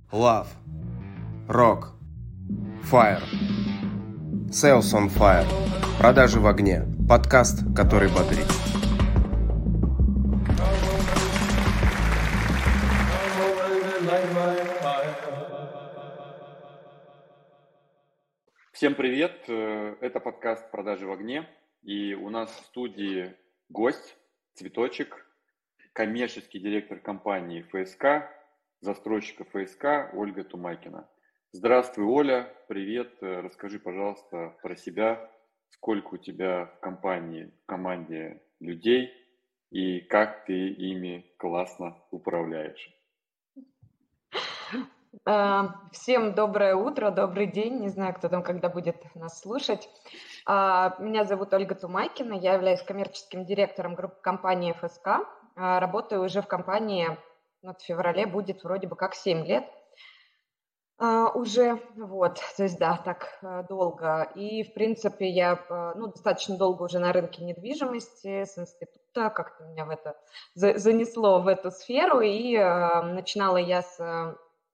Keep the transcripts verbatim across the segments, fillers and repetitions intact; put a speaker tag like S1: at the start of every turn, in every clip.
S1: Love, Rock, Fire, Sales on Fire, продажи в огне, подкаст, который бодрит.
S2: Всем привет, это подкаст «Продажи в огне», и у нас в студии гость, цветочек, коммерческий директор компании эф эс ка, застройщика эф эс ка Ольга Тумакина. Здравствуй, Оля, привет, расскажи, пожалуйста, про себя, сколько у тебя в компании, в команде людей и как ты ими классно управляешь.
S3: Всем доброе утро, добрый день, не знаю, кто там когда будет нас слушать. Меня зовут Ольга Тумакина, я являюсь коммерческим директором группы компании эф эс ка. Работаю уже в компании, вот в феврале будет вроде бы как семь лет уже, вот, то есть да, так долго. И в принципе я ну, достаточно долго уже на рынке недвижимости с института, как-то меня в это занесло в эту сферу, и начинала я с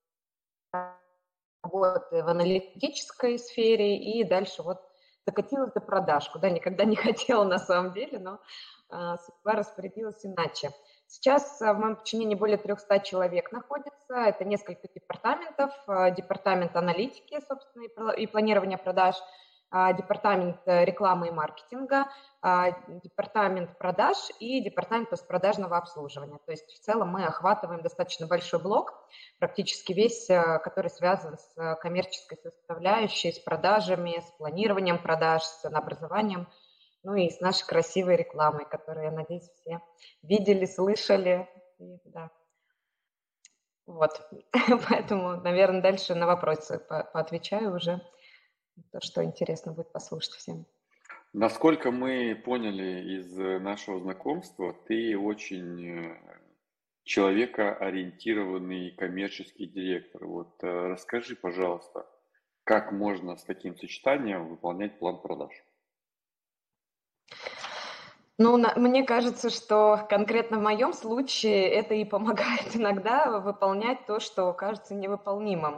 S3: работы в аналитической сфере и дальше вот докатилась до продаж, куда никогда не хотела на самом деле, но а, судьба распорядилась иначе. Сейчас в моем подчинении более трехсот человек находится, это несколько департаментов, департамент аналитики, собственно, и планирования продаж, департамент рекламы и маркетинга, департамент продаж и департамент постпродажного обслуживания. То есть в целом мы охватываем достаточно большой блок, практически весь, который связан с коммерческой составляющей, с продажами, с планированием продаж, с ценообразованием, ну и с нашей красивой рекламой, которую, я надеюсь, все видели, слышали. И, да. Вот, поэтому, наверное, дальше на вопросы по поотвечаю уже. То, что интересно будет послушать всем.
S2: Насколько мы поняли из нашего знакомства, ты очень человекоориентированный коммерческий директор. Вот расскажи, пожалуйста, как можно с таким сочетанием выполнять план продаж?
S3: Ну, на, мне кажется, что конкретно в моем случае это и помогает иногда выполнять то, что кажется невыполнимым.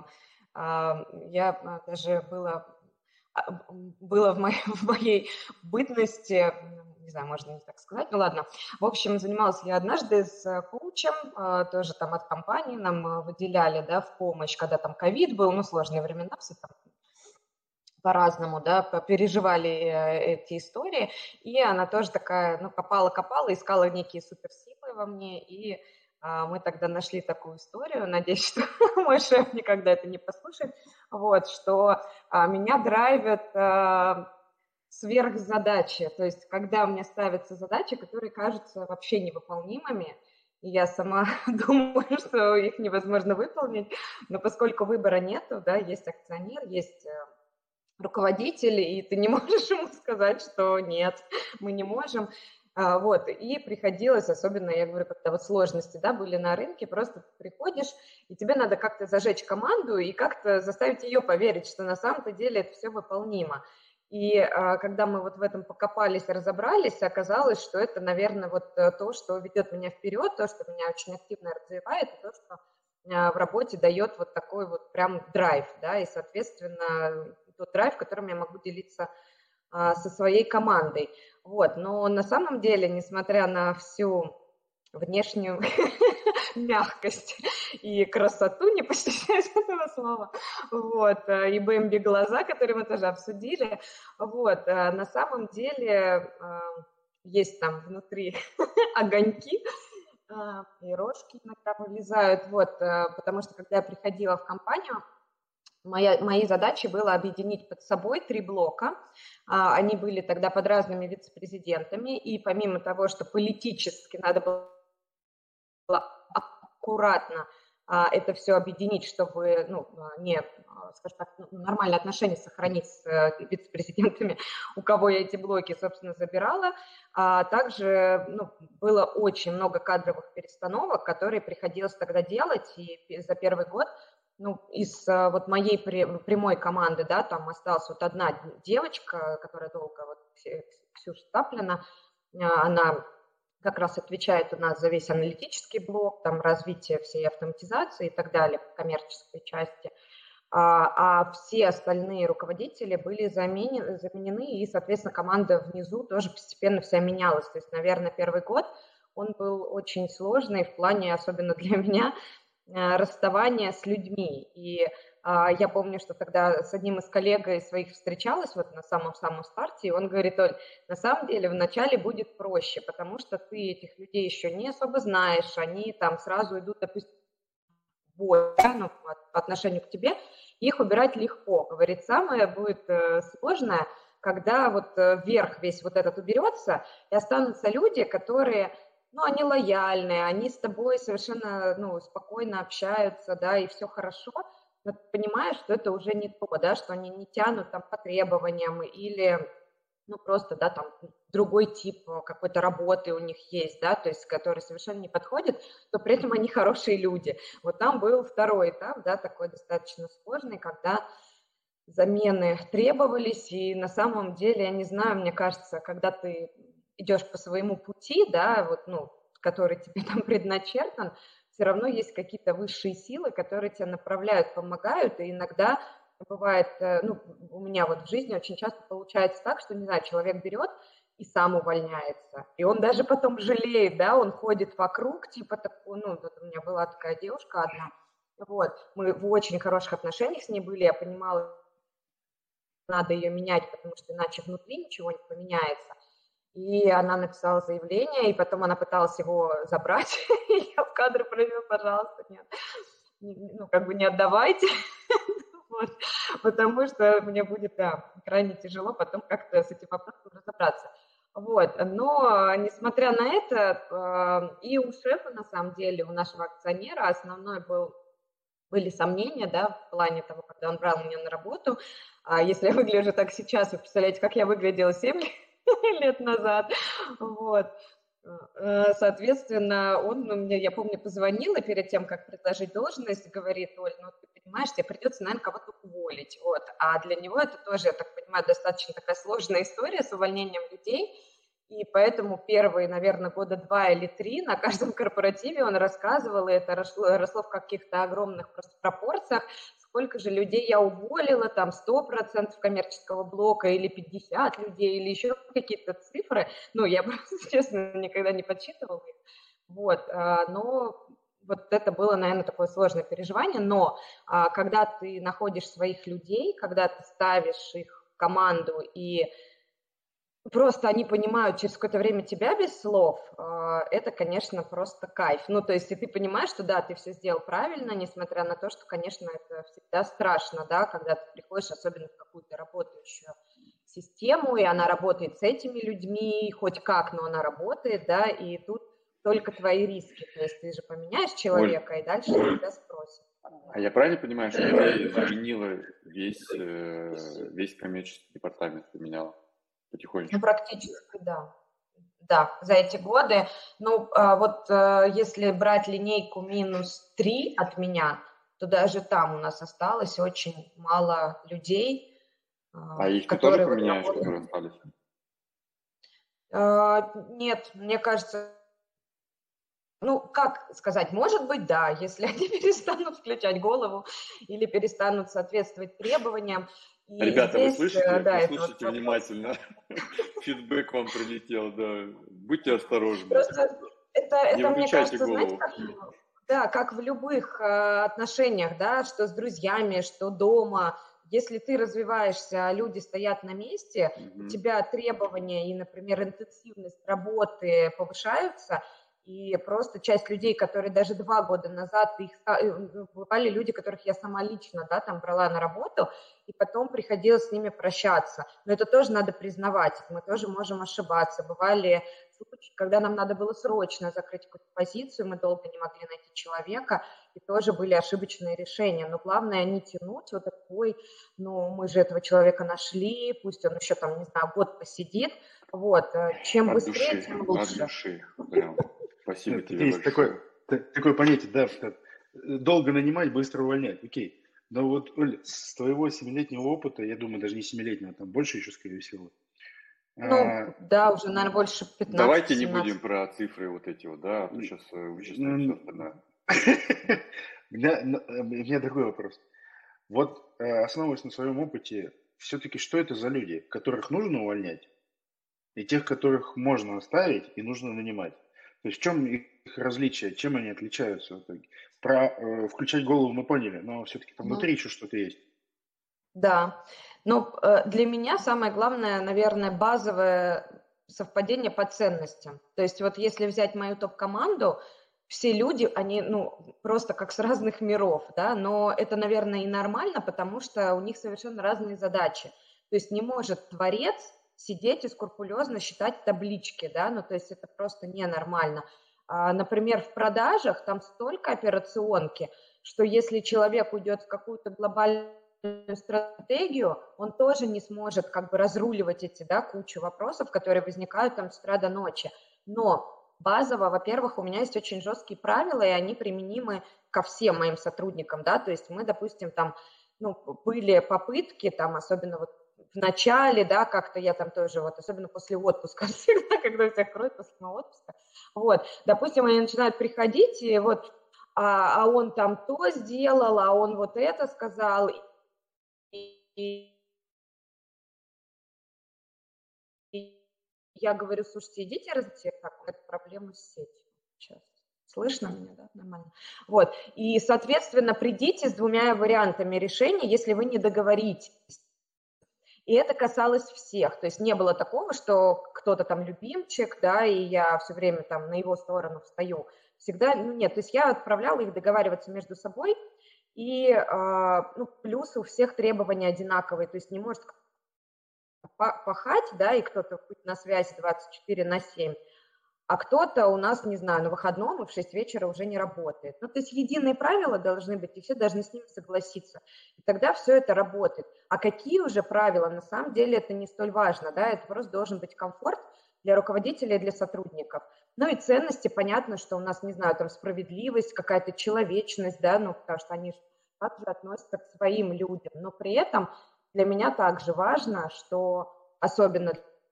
S3: Я даже была... было в моей, в моей бытности, не знаю, можно не так сказать, ну ладно. В общем, занималась я однажды с коучем, тоже там от компании нам выделяли, да, в помощь, когда там ковид был, ну, сложные времена, все там по-разному, да, переживали эти истории, и она тоже такая, ну, копала-копала, искала некие суперсилы во мне, и мы тогда нашли такую историю, надеюсь, что мой шеф никогда это не послушает, вот, что меня драйвят сверхзадачи, то есть когда мне ставятся задачи, которые кажутся вообще невыполнимыми, и я сама думаю, что их невозможно выполнить, но поскольку выбора нету, да, есть акционер, есть руководитель, и ты не можешь ему сказать, что нет, мы не можем. Вот, и приходилось, особенно, я говорю, когда вот сложности, да, были на рынке, просто приходишь, и тебе надо как-то зажечь команду и как-то заставить ее поверить, что на самом-то деле это все выполнимо. И а, когда мы вот в этом покопались, разобрались, оказалось, что это, наверное, вот то, что ведет меня вперед, то, что меня очень активно развивает, и то, что а, в работе дает вот такой вот прям драйв, да, и, соответственно, тот драйв, которым я могу делиться а, со своей командой. Вот, но на самом деле, несмотря на всю внешнюю мягкость и красоту, не постесняюсь этого слова, вот, и бэмби глаза, которые мы тоже обсудили, вот, на самом деле есть там внутри огоньки, и рожки иногда вылезают, вот, потому что когда я приходила в компанию, Моя, моей задачей было объединить под собой три блока. Они были тогда под разными вице-президентами, и помимо того, что политически надо было аккуратно это все объединить, чтобы ну, не, скажем так, нормальные отношения сохранить с вице-президентами, у кого я эти блоки, собственно, забирала. А также ну, было очень много кадровых перестановок, которые приходилось тогда делать, и за первый год ну, из вот моей прямой команды, да, там осталась вот одна девочка, которая долго, вот, Ксюша Таплина, она как раз отвечает у нас за весь аналитический блок, там развитие всей автоматизации и так далее по коммерческой части. А, а все остальные руководители были заменены, заменены, и, соответственно, команда внизу тоже постепенно вся менялась. То есть, наверное, первый год он был очень сложный в плане, особенно для меня, расставания с людьми. И а, я помню, что тогда с одним из коллег своих встречалась вот на самом-самом старте, и он говорит: Оль, на самом деле вначале будет проще, потому что ты этих людей еще не особо знаешь, они там сразу идут, допустим, бой, да, ну, по отношению к тебе, их убирать легко. Говорит, самое будет э, сложное, когда вот э, верх весь вот этот уберется, и останутся люди, которые, ну, они лояльные, они с тобой совершенно, ну, спокойно общаются, да, и все хорошо, но ты понимаешь, что это уже не то, да, что они не тянут там по требованиям или... ну, просто, да, там другой тип какой-то работы у них есть, да, то есть, который совершенно не подходит, но при этом они хорошие люди. Вот там был второй этап, да, такой достаточно сложный, когда замены требовались, и на самом деле, я не знаю, мне кажется, когда ты идешь по своему пути, да, вот, ну, который тебе там предначертан, все равно есть какие-то высшие силы, которые тебя направляют, помогают, и иногда бывает, ну, у меня вот в жизни очень часто получается так, что, не знаю, человек берет и сам увольняется, и он даже потом жалеет, да, он ходит вокруг, типа, такой, ну, вот у меня была такая девушка одна, вот, мы в очень хороших отношениях с ней были, я понимала, надо ее менять, потому что иначе внутри ничего не поменяется. И она написала заявление, и потом она пыталась его забрать. И я в кадр провела, пожалуйста, нет, ну, как бы не отдавайте, вот, потому что мне будет, да, крайне тяжело потом как-то с этим вопросом разобраться. Вот, но несмотря на это, и у шефа, на самом деле, у нашего акционера основной был были сомнения, да, в плане того, когда он брал меня на работу. А если я выгляжу так сейчас, вы представляете, как я выглядела семь лет назад, вот. Соответственно, он мне, я помню, позвонил, и перед тем, как предложить должность, говорит: Оль, ну, ты понимаешь, тебе придется, наверное, кого-то уволить, вот. А для него это тоже, я так понимаю, достаточно такая сложная история с увольнением людей. И поэтому первые, наверное, года два или три на каждом корпоративе он рассказывал, и это росло, росло в каких-то огромных просто пропорциях, сколько же людей я уволила, там сто процентов коммерческого блока или пятьдесят людей, или еще какие-то цифры. Ну, я просто, честно, никогда не подсчитывала их. Вот, но вот это было, наверное, такое сложное переживание. Но когда ты находишь своих людей, когда ты ставишь их в команду и просто они понимают через какое-то время тебя без слов, это, конечно, просто кайф. Ну, то есть, и ты понимаешь, что да, ты все сделал правильно, несмотря на то, что, конечно, это всегда страшно, да, когда ты приходишь, особенно в какую-то работающую систему, и она работает с этими людьми, хоть как, но она работает, да, и тут только твои риски. То есть ты же поменяешь человека, Оль, и дальше тебя спросят.
S2: А я правильно понимаю, что ты изменила весь, весь коммерческий департамент, поменяла? Потихонечку.
S3: Ну, практически, да. Да, за эти годы. Ну, вот если брать линейку минус три от меня, то даже там у нас осталось очень мало людей.
S2: А их ты тоже поменяешь, вот которые остались?
S3: Нет, мне кажется, ну, как сказать, может быть, да, если они перестанут включать голову или перестанут соответствовать требованиям.
S2: И Ребята, здесь, вы слышите? Да, вы слушайте вот внимательно. Фидбэк вам прилетел, да. Будьте осторожны.
S3: Просто это,
S2: Не
S3: это мне кажется,
S2: голову.
S3: знаете, как, да, как в любых э, отношениях, да, что с друзьями, что дома. Если ты развиваешься, а люди стоят на месте, mm-hmm. у тебя требования и, например, интенсивность работы повышаются, и просто часть людей, которые даже два года назад, их, бывали люди, которых я сама лично, да, там брала на работу, и потом приходилось с ними прощаться. Но это тоже надо признавать, мы тоже можем ошибаться. Бывали случаи, когда нам надо было срочно закрыть какую-то позицию, мы долго не могли найти человека, и тоже были ошибочные решения. Но главное не тянуть вот такой, ну, мы же этого человека нашли, пусть он еще там, не знаю, год посидит, вот, чем
S2: от
S3: быстрее,
S2: души,
S3: тем лучше.
S2: От души, прям. Спасибо
S4: Нет,
S2: тебе
S4: есть
S2: большое.
S4: Такое, такое понятие, да, что долго нанимать, быстро увольнять, окей. Но вот, Оль, с твоего семилетнего опыта, я думаю, даже не семилетнего, там больше еще, скорее всего,
S3: Ну, да, уже, наверное, больше
S2: Давайте не
S3: пятнадцати-семнадцати.
S2: будем про цифры вот эти вот, да, а то сейчас вычислим
S4: Ну,
S2: все остальное.
S4: У меня, н- э, у меня другой вопрос. Вот, э, основываясь на своем опыте, все-таки что это за люди, которых нужно увольнять, и тех, которых можно оставить и нужно нанимать? То есть в чем их различие, чем они отличаются в итоге? Про э, включать голову мы поняли, но все-таки там
S3: Мгм.
S4: внутри еще что-то есть.
S3: Да. Ну, э, для меня самое главное, наверное, базовое совпадение по ценностям. То есть вот если взять мою топ-команду, все люди, они, ну, просто как с разных миров, да, но это, наверное, и нормально, потому что у них совершенно разные задачи. То есть не может творец сидеть и скрупулезно считать таблички, да, ну, то есть это просто ненормально. А, например, в продажах там столько операционки, что если человек уйдет в какую-то глобальную стратегию, он тоже не сможет как бы разруливать эти, да, кучу вопросов, которые возникают там с утра до ночи. Но базово, во-первых, у меня есть очень жесткие правила, и они применимы ко всем моим сотрудникам, да, то есть мы, допустим, там, ну, были попытки, там, особенно вот в начале, да, как-то я там тоже, вот, особенно после отпуска, всегда, когда всех кроют после моего отпуска, вот, допустим, они начинают приходить, и вот, а, а он там то сделал, а он вот это сказал, и, и я говорю, слушайте, идите разберите, так, это проблема с сетью сейчас. Слышно меня, да? Нормально. Вот. И, соответственно, придите с двумя вариантами решения, если вы не договоритесь. И это касалось всех. То есть не было такого, что кто-то там любимчик, да, и я все время там на его сторону встаю. Всегда, ну нет, то есть я отправляла их договариваться между собой, и а, ну, плюс у всех требования одинаковые, то есть не может пахать, да, и кто-то быть на связи двадцать четыре на семь, а кто-то у нас, не знаю, на выходном и в шесть вечера уже не работает. Ну, то есть единые правила должны быть, и все должны с ними согласиться. И тогда все это работает. А какие уже правила? На самом деле это не столь важно, да, это просто должен быть комфорт для руководителя и для сотрудников. Ну и ценности, понятно, что у нас, не знаю, там справедливость, какая-то человечность, да, ну, потому что они также относятся к своим людям. Но при этом для меня также важно, что особенно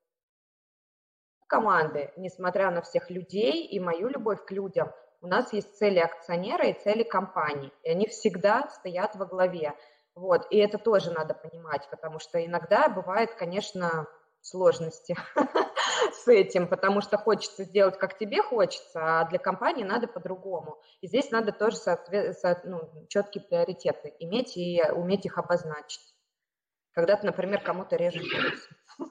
S3: команды, несмотря на всех людей и мою любовь к людям, у нас есть цели акционера и цели компании, и они всегда стоят во главе. Вот, и это тоже надо понимать, потому что иногда бывает, конечно, сложности с этим, потому что хочется сделать, как тебе хочется, а для компании надо по-другому. И здесь надо тоже соответ... ну, четкие приоритеты иметь и уметь их обозначить. Когда ты, например, кому-то режешь волосы.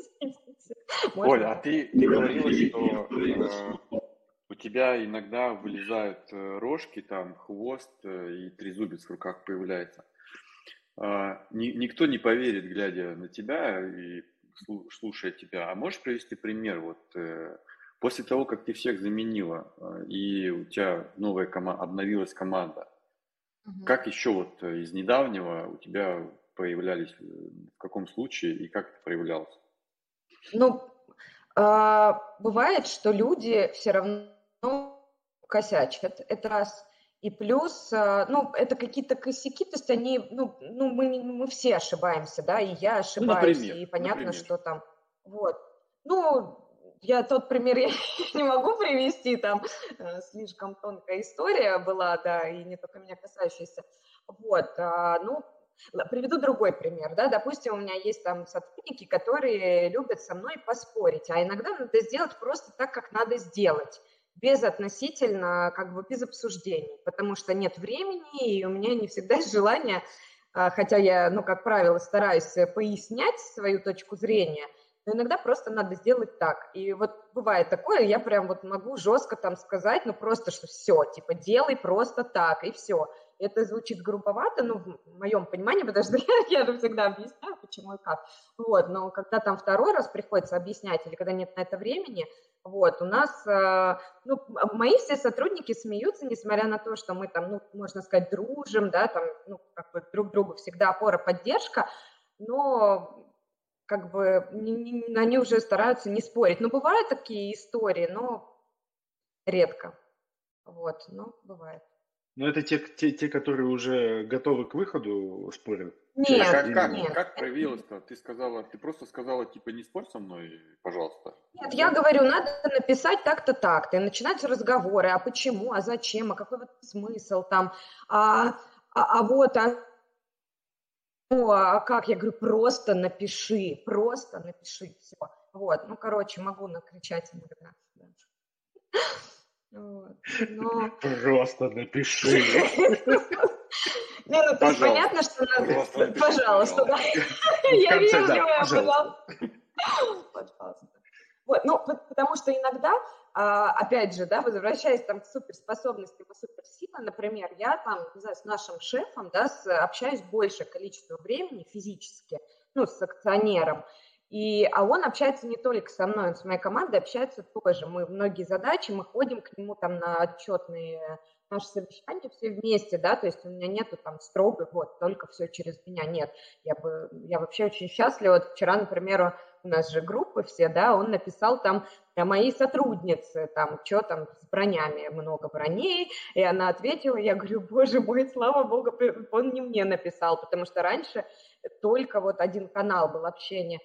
S2: Оль, а ты, ты говорила, что э, у тебя иногда вылезают э, рожки, там, хвост э, и трезубец в руках появляется. Э, ни, никто не поверит, глядя на тебя и слу- слушая тебя. А можешь привести пример? Вот, э, после того, как ты всех заменила, э, и у тебя новая команда, обновилась команда,
S3: Мгм.
S2: как еще вот э, из недавнего у тебя появлялись, э, в каком случае и как это проявлялось?
S3: Ну, а, бывает, что люди все равно косячат, это раз. И плюс, а, ну, это какие-то косяки, то есть они, ну, ну мы, не- мы все ошибаемся, да, и я
S2: Ну,
S3: ошибаюсь,
S2: например,
S3: и понятно,
S2: например.
S3: что там, вот. Ну, я тот пример я не могу привести, там э, слишком тонкая история была, да, и не только меня касающаяся. Вот, а, ну, Л- Приведу другой пример, да, допустим, у меня есть там сотрудники, которые любят со мной поспорить, а иногда надо сделать просто так, как надо сделать, без относительно, как бы без обсуждений, потому что нет времени, и у меня не всегда есть желание, а, хотя я, ну, как правило, стараюсь э, пояснять свою точку зрения, но иногда просто надо сделать так. И вот бывает такое, я прям вот могу жестко там сказать, ну, просто, что все, типа, делай просто так, и все. Это звучит грубовато, ну, в моем понимании, потому что я, я же всегда объясняю, почему и как. Вот, но когда там второй раз приходится объяснять, или когда нет на это времени, вот, у нас, э, ну, мои все сотрудники смеются, несмотря на то, что мы там, ну, можно сказать, дружим, да, там, ну, как бы друг другу всегда опора, поддержка, но как бы не- не- они уже стараются не спорить. Ну, бывают такие истории, но редко. Вот, но бывает.
S4: Но это те, те, те, которые уже готовы к выходу, спорят?
S2: А
S3: Нет,
S2: как, как,
S3: нет.
S2: как проявилось-то? Ты сказала, ты просто сказала, типа, не спорь со мной, пожалуйста.
S3: Нет,
S2: И
S3: я
S2: всё?
S3: говорю, надо написать так-то, так-то, и начинаются разговоры, а почему, а зачем, а какой вот смысл там, а, а, а вот, а, ну, а как, я говорю, просто напиши, просто напиши, все. Вот, ну, короче, могу накричать иногда. Да. Вот. Но...
S4: Просто напиши.
S3: Не, ну, то есть
S2: Пожалуйста.
S3: понятно, что надо...
S2: Просто напиши,
S3: Пожалуйста, да.
S4: В
S3: Я
S4: конце, да,
S3: вежливая,
S4: пожалуйста.
S3: пожалуйста. Пожалуйста. Вот, ну, по- потому что иногда, а, опять же, да, возвращаясь там к суперспособностям и суперсилам, например, я там, не знаю, с нашим шефом, да, с- общаюсь большее количество времени физически, ну, с акционером, и, а он общается не только со мной, он с моей командой общается тоже. Мы многие задачи, мы ходим к нему там на отчетные наши совещания все вместе, да, то есть у меня нету там строго, вот, только все через меня, нет. Я бы, я вообще очень счастлива. Вот вчера, например, у нас же группы все, да, он написал там моей сотруднице, там, что там с бронями, много броней, и она ответила, я говорю, боже мой, слава богу, он не мне написал, потому что раньше только вот один канал был общения.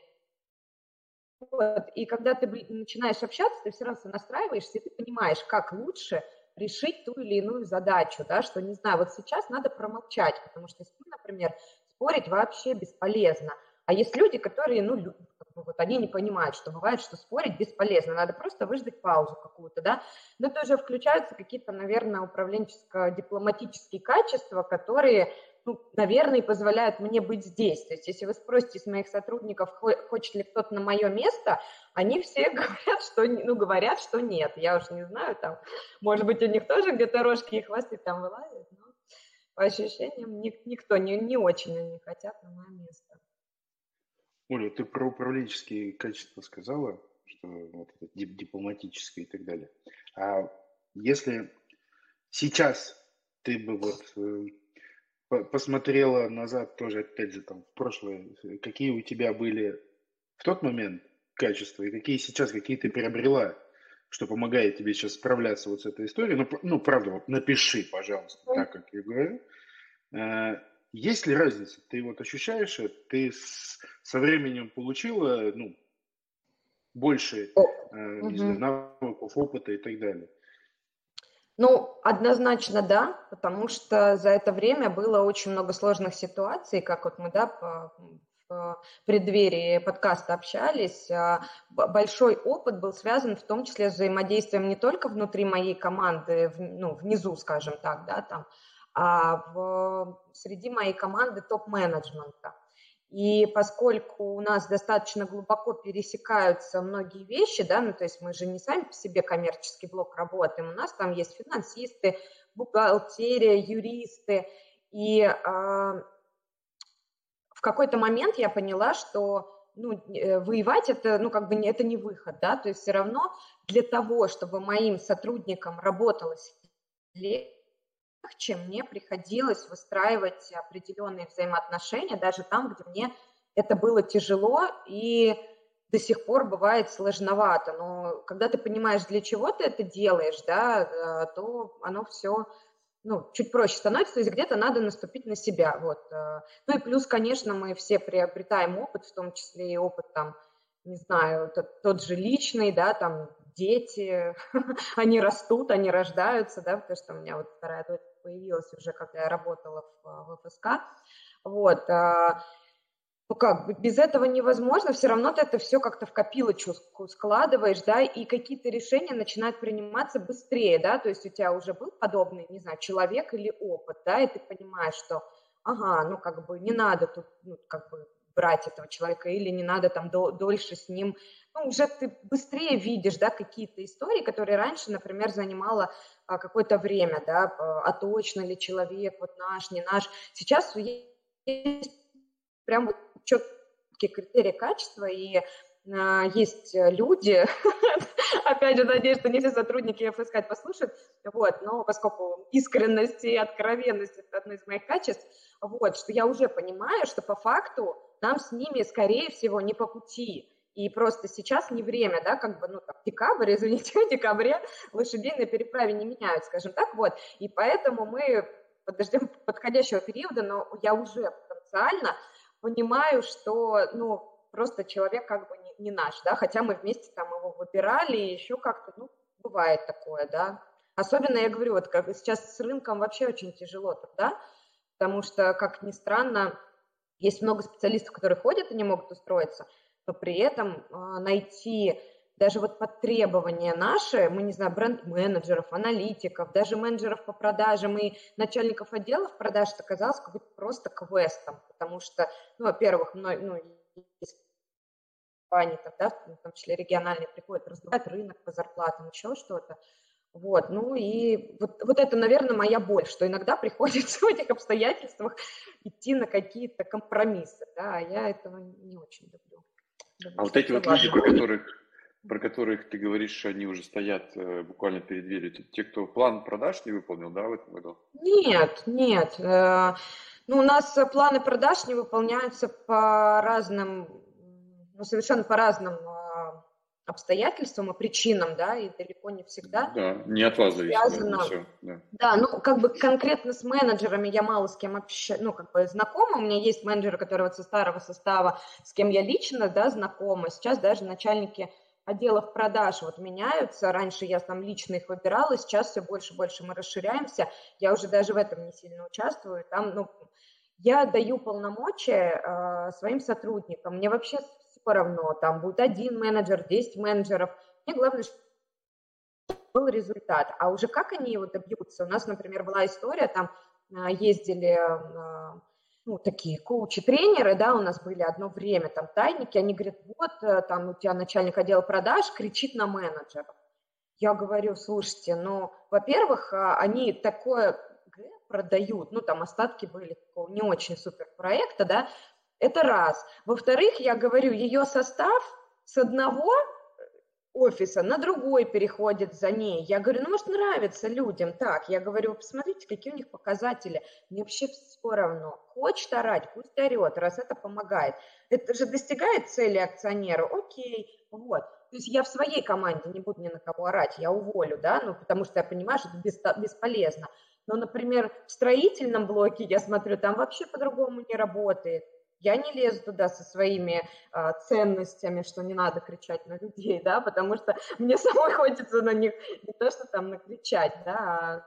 S3: Вот. И когда ты начинаешь общаться, ты все равно настраиваешься, и ты понимаешь, как лучше решить ту или иную задачу, да, что, не знаю, вот сейчас надо промолчать, потому что, например, спорить вообще бесполезно. А есть люди, которые, ну, вот они не понимают, что бывает, что спорить бесполезно, надо просто выждать паузу какую-то, да. Но это уже включаются какие-то, наверное, управленческо-дипломатические качества, которые, ну, наверное, и позволяют мне быть здесь. То есть если вы спросите с моих сотрудников, хочет ли кто-то на мое место, они все говорят, что, ну, говорят, что нет. Я уж не знаю, там, может быть, у них тоже где-то рожки и хвосты там вылазят, но по ощущениям никто не, не очень они хотят на мое место.
S4: Оля, ты про управленческие качества сказала, что вот это дипломатическое и так далее. А если сейчас ты бы вот посмотрела назад тоже, опять же, там, в прошлое, какие у тебя были в тот момент качества и какие сейчас, какие ты приобрела, что помогает тебе сейчас справляться вот с этой историей. Ну, ну правда, вот напиши, пожалуйста, так, как я говорю. Есть ли разница? Ты вот ощущаешь это? Ты с, со временем получила, ну, больше, э, не
S3: Угу.
S4: знаю, навыков, опыта и так далее?
S3: Ну, однозначно да, потому что за это время было очень много сложных ситуаций, как вот мы, да, по, в преддверии подкаста общались. Большой опыт был связан в том числе с взаимодействием не только внутри моей команды, ну, внизу, скажем так, да, там, а в, среди моей команды топ-менеджмента. И поскольку у нас достаточно глубоко пересекаются многие вещи, да, ну, то есть мы же не сами по себе коммерческий блок работаем, у нас там есть финансисты, бухгалтерия, юристы, и а, в какой-то момент я поняла, что, ну, воевать это, ну, как бы не, это не выход, да, то есть все равно для того, чтобы моим сотрудникам работалось легче, мне приходилось выстраивать определенные взаимоотношения, даже там, где мне это было тяжело и до сих пор бывает сложновато. Но когда ты понимаешь, для чего ты это делаешь, да, то оно все, ну, чуть проще становится, то есть где-то надо наступить на себя. Вот. Ну и плюс, конечно, мы все приобретаем опыт, в том числе и опыт там, не знаю, тот, тот же личный, да, там дети, они растут, они рождаются, да, потому что у меня вот вторая дочь появилась уже, когда я работала в, в эф эс ка, вот, а, ну как, без этого невозможно, все равно ты это все как-то в копилочку складываешь, да, и какие-то решения начинают приниматься быстрее, да, то есть у тебя уже был подобный, не знаю, человек или опыт, да, и ты понимаешь, что, ага, ну как бы не надо тут, ну, как бы брать этого человека, или не надо там дольше с ним, ну, уже ты быстрее видишь, да, какие-то истории, которые раньше, например, занимало а, какое-то время, да, а точно ли человек, вот наш, не наш. Сейчас есть прям вот четкие критерии качества, и а, есть люди, опять же, надеюсь, что не все сотрудники эф эс ка послушают, вот, но поскольку искренность и откровенность – это одно из моих качеств, вот, что я уже понимаю, что по факту нам с ними, скорее всего, не по пути. И просто сейчас не время, да, как бы, ну, там, декабрь, извините, в декабре лошадей на переправе не меняют, скажем так, вот. И поэтому мы подождем подходящего периода, но я уже потенциально понимаю, что, ну, просто человек как бы не, не наш, да, хотя мы вместе там его выбирали, и еще как-то, ну, бывает такое, да. Особенно, я говорю, вот как сейчас с рынком вообще очень тяжело, да, потому что, как ни странно, есть много специалистов, которые ходят и не могут устроиться, но при этом э, найти даже вот под требования наши, мы, не знаю, бренд-менеджеров, аналитиков, даже менеджеров по продажам и начальников отделов продаж, это казалось как будто просто квестом, потому что, ну, во-первых, мной, ну, есть компании, там, да, в том числе региональные, приходят, раздувать рынок по зарплатам, еще что-то. Вот, ну и вот, вот это, наверное, моя боль, что иногда приходится в этих обстоятельствах идти на какие-то компромиссы, да, а я этого не очень люблю. Думаю,
S2: А вот
S3: что
S2: эти
S3: это
S2: вот люди,
S3: важно.
S2: про которых, про которых ты говоришь, они уже стоят э, буквально перед дверью, это те, кто план продаж не выполнил, да, в этом году?
S3: Нет, нет. э, Ну, у нас э, планы продаж не выполняются по разным, м, ну, совершенно по разным а, обстоятельствам и причинам, да, и далеко не всегда
S2: Да, не от вас зависит, да, не
S3: связано.
S2: все, да.
S3: Да, ну, как бы конкретно с менеджерами я мало с кем общаюсь, ну, как бы знакома. У меня есть менеджеры, которые вот со старого состава, с кем я лично, да, знакома. Сейчас даже начальники отделов продаж вот меняются. Раньше я там лично их выбирала, сейчас все больше и больше мы расширяемся. Я уже даже в этом не сильно участвую. Там, ну, я даю полномочия э, своим сотрудникам. Мне вообще все равно, там будет один менеджер, десять менеджеров. Мне главное, был результат. А уже как они его добьются? У нас, например, была история, там а, ездили а, ну, такие коучи-тренеры, да, у нас были одно время, там тайники, они говорят, вот, там у тебя начальник отдела продаж кричит на менеджеров. Я говорю, слушайте, ну, во-первых, а, они такое г продают, ну, там остатки были такого не очень супер проекта, да, это раз. Во-вторых, я говорю, ее состав с одного офиса на другой переходит за ней. Я говорю, ну, может, нравится людям так. Я говорю, посмотрите, какие у них показатели. Мне вообще все равно. Хочет орать, пусть орет, раз это помогает. Это же достигает цели акционера. Окей, вот. То есть я в своей команде не буду ни на кого орать, я уволю, да, ну, потому что я понимаю, что это бесполезно. Но, например, в строительном блоке, я смотрю, там вообще по-другому не работает. Я не лезу туда со своими а, ценностями, что не надо кричать на людей, да, потому что мне самой хочется на них не то, что там накричать, да,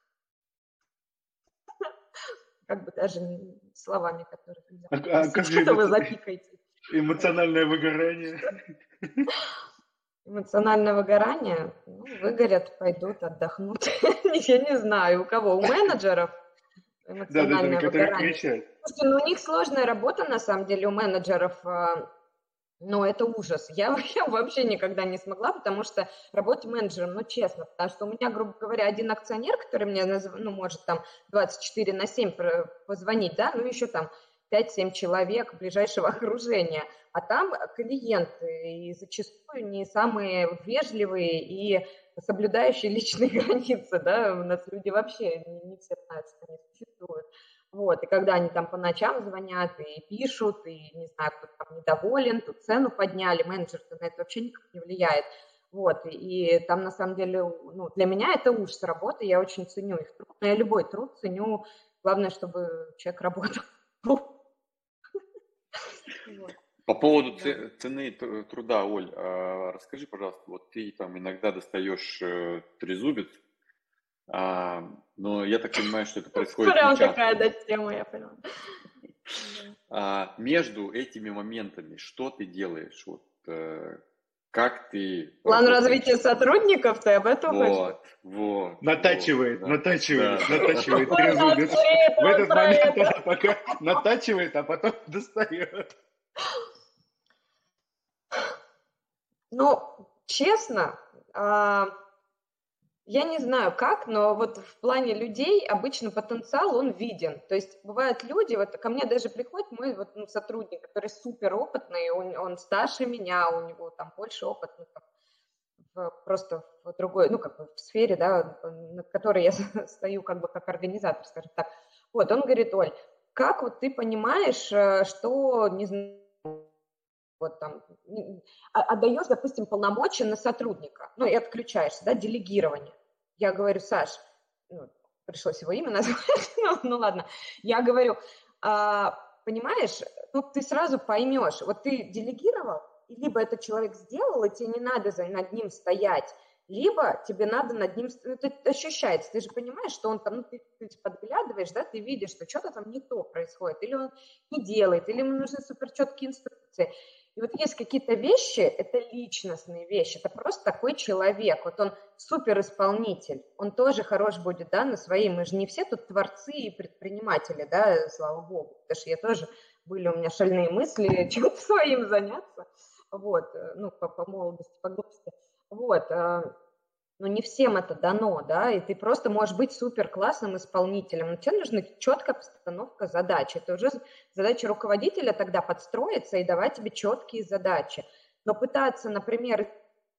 S3: а как бы даже словами, которые нельзя.
S4: А, а как же
S3: Что-то вы
S4: эмо-
S3: запикаете.
S4: эмоциональное выгорание?
S3: Эмоциональное выгорание, ну, выгорят, пойдут, отдохнут. Я не знаю, у кого, у менеджеров
S4: Да, да, да,
S3: эмоциональное
S4: которые
S3: выгорание.
S4: кричат.
S3: Слушайте, ну у них сложная работа, на самом деле, у менеджеров, а, но это ужас. Я, я вообще никогда не смогла, потому что работать менеджером, ну честно, потому что у меня, грубо говоря, один акционер, который мне, назв- ну, может там двадцать четыре на семь про- позвонить, да, ну еще там пять-семь человек ближайшего окружения, а там клиенты, и зачастую не самые вежливые и соблюдающие личные границы, да, у нас люди вообще не, не все знают, что они существуют. Вот, и когда они там по ночам звонят и пишут, и не знаю, кто там недоволен, тут цену подняли, менеджер-то на это вообще никак не влияет. Вот, и, и там на самом деле, ну, для меня это ужас работы, я очень ценю их труд, но я любой труд ценю, главное, чтобы человек работал. Вот.
S2: По поводу
S3: Да.
S2: це- цены т- труда, Оль, а, расскажи, пожалуйста, вот ты там иногда достаешь э, трезубец, а, но я так понимаю, что это происходит не
S3: Прям
S2: часто.
S3: такая, да, тема, я поняла. Да.
S2: А между этими моментами что ты делаешь? Вот, э, как ты
S3: План
S2: работаешь?
S3: развития сотрудников, ты об этом хочешь?
S2: Вот, вот,
S4: Натачивает,
S2: вот, да.
S4: натачивает,
S2: Да.
S4: натачивает
S3: Ой,
S4: трезубец.
S3: Андрей,
S4: В этот
S3: про
S4: момент
S3: это.
S4: она пока натачивает, а потом достает.
S3: Ну, честно, а, я не знаю как, но вот в плане людей обычно потенциал, он виден. То есть бывают люди, вот ко мне даже приходит мой вот, ну, сотрудник, который супер опытный, он, он старше меня, у него там больше опыта, ну, там, в- просто в другой, ну, как бы в сфере, да, над которой я стою как бы как организатор, скажем так. Вот, он говорит, Оль, как вот ты понимаешь, э, что, не знаю, вот там, отдаешь, допустим, полномочия на сотрудника, ну и отключаешься, да, делегирование. Я говорю, Саш, ну, пришлось его имя назвать, ну, ну ладно, я говорю, а, понимаешь, ну ты сразу поймешь, вот ты делегировал, и либо этот человек сделал, и тебе не надо за, над ним стоять, либо тебе надо над ним, ну, это ощущается, ты же понимаешь, что он там, ну, ты, ты подглядываешь, да, ты видишь, что что-то там не то происходит, или он не делает, или ему нужны суперчеткие инструкции. И вот есть какие-то вещи, это личностные вещи, это просто такой человек, вот он суперисполнитель, он тоже хорош будет, да, на своей, мы же не все тут творцы и предприниматели, да, слава богу, потому что я тоже, были у меня шальные мысли, чем-то своим заняться, вот, ну, по, по молодости, по глупости, вот, но не всем это дано, да, и ты просто можешь быть супер классным исполнителем, но тебе нужна четкая постановка задач, это уже задача руководителя тогда подстроиться и давать тебе четкие задачи, но пытаться, например,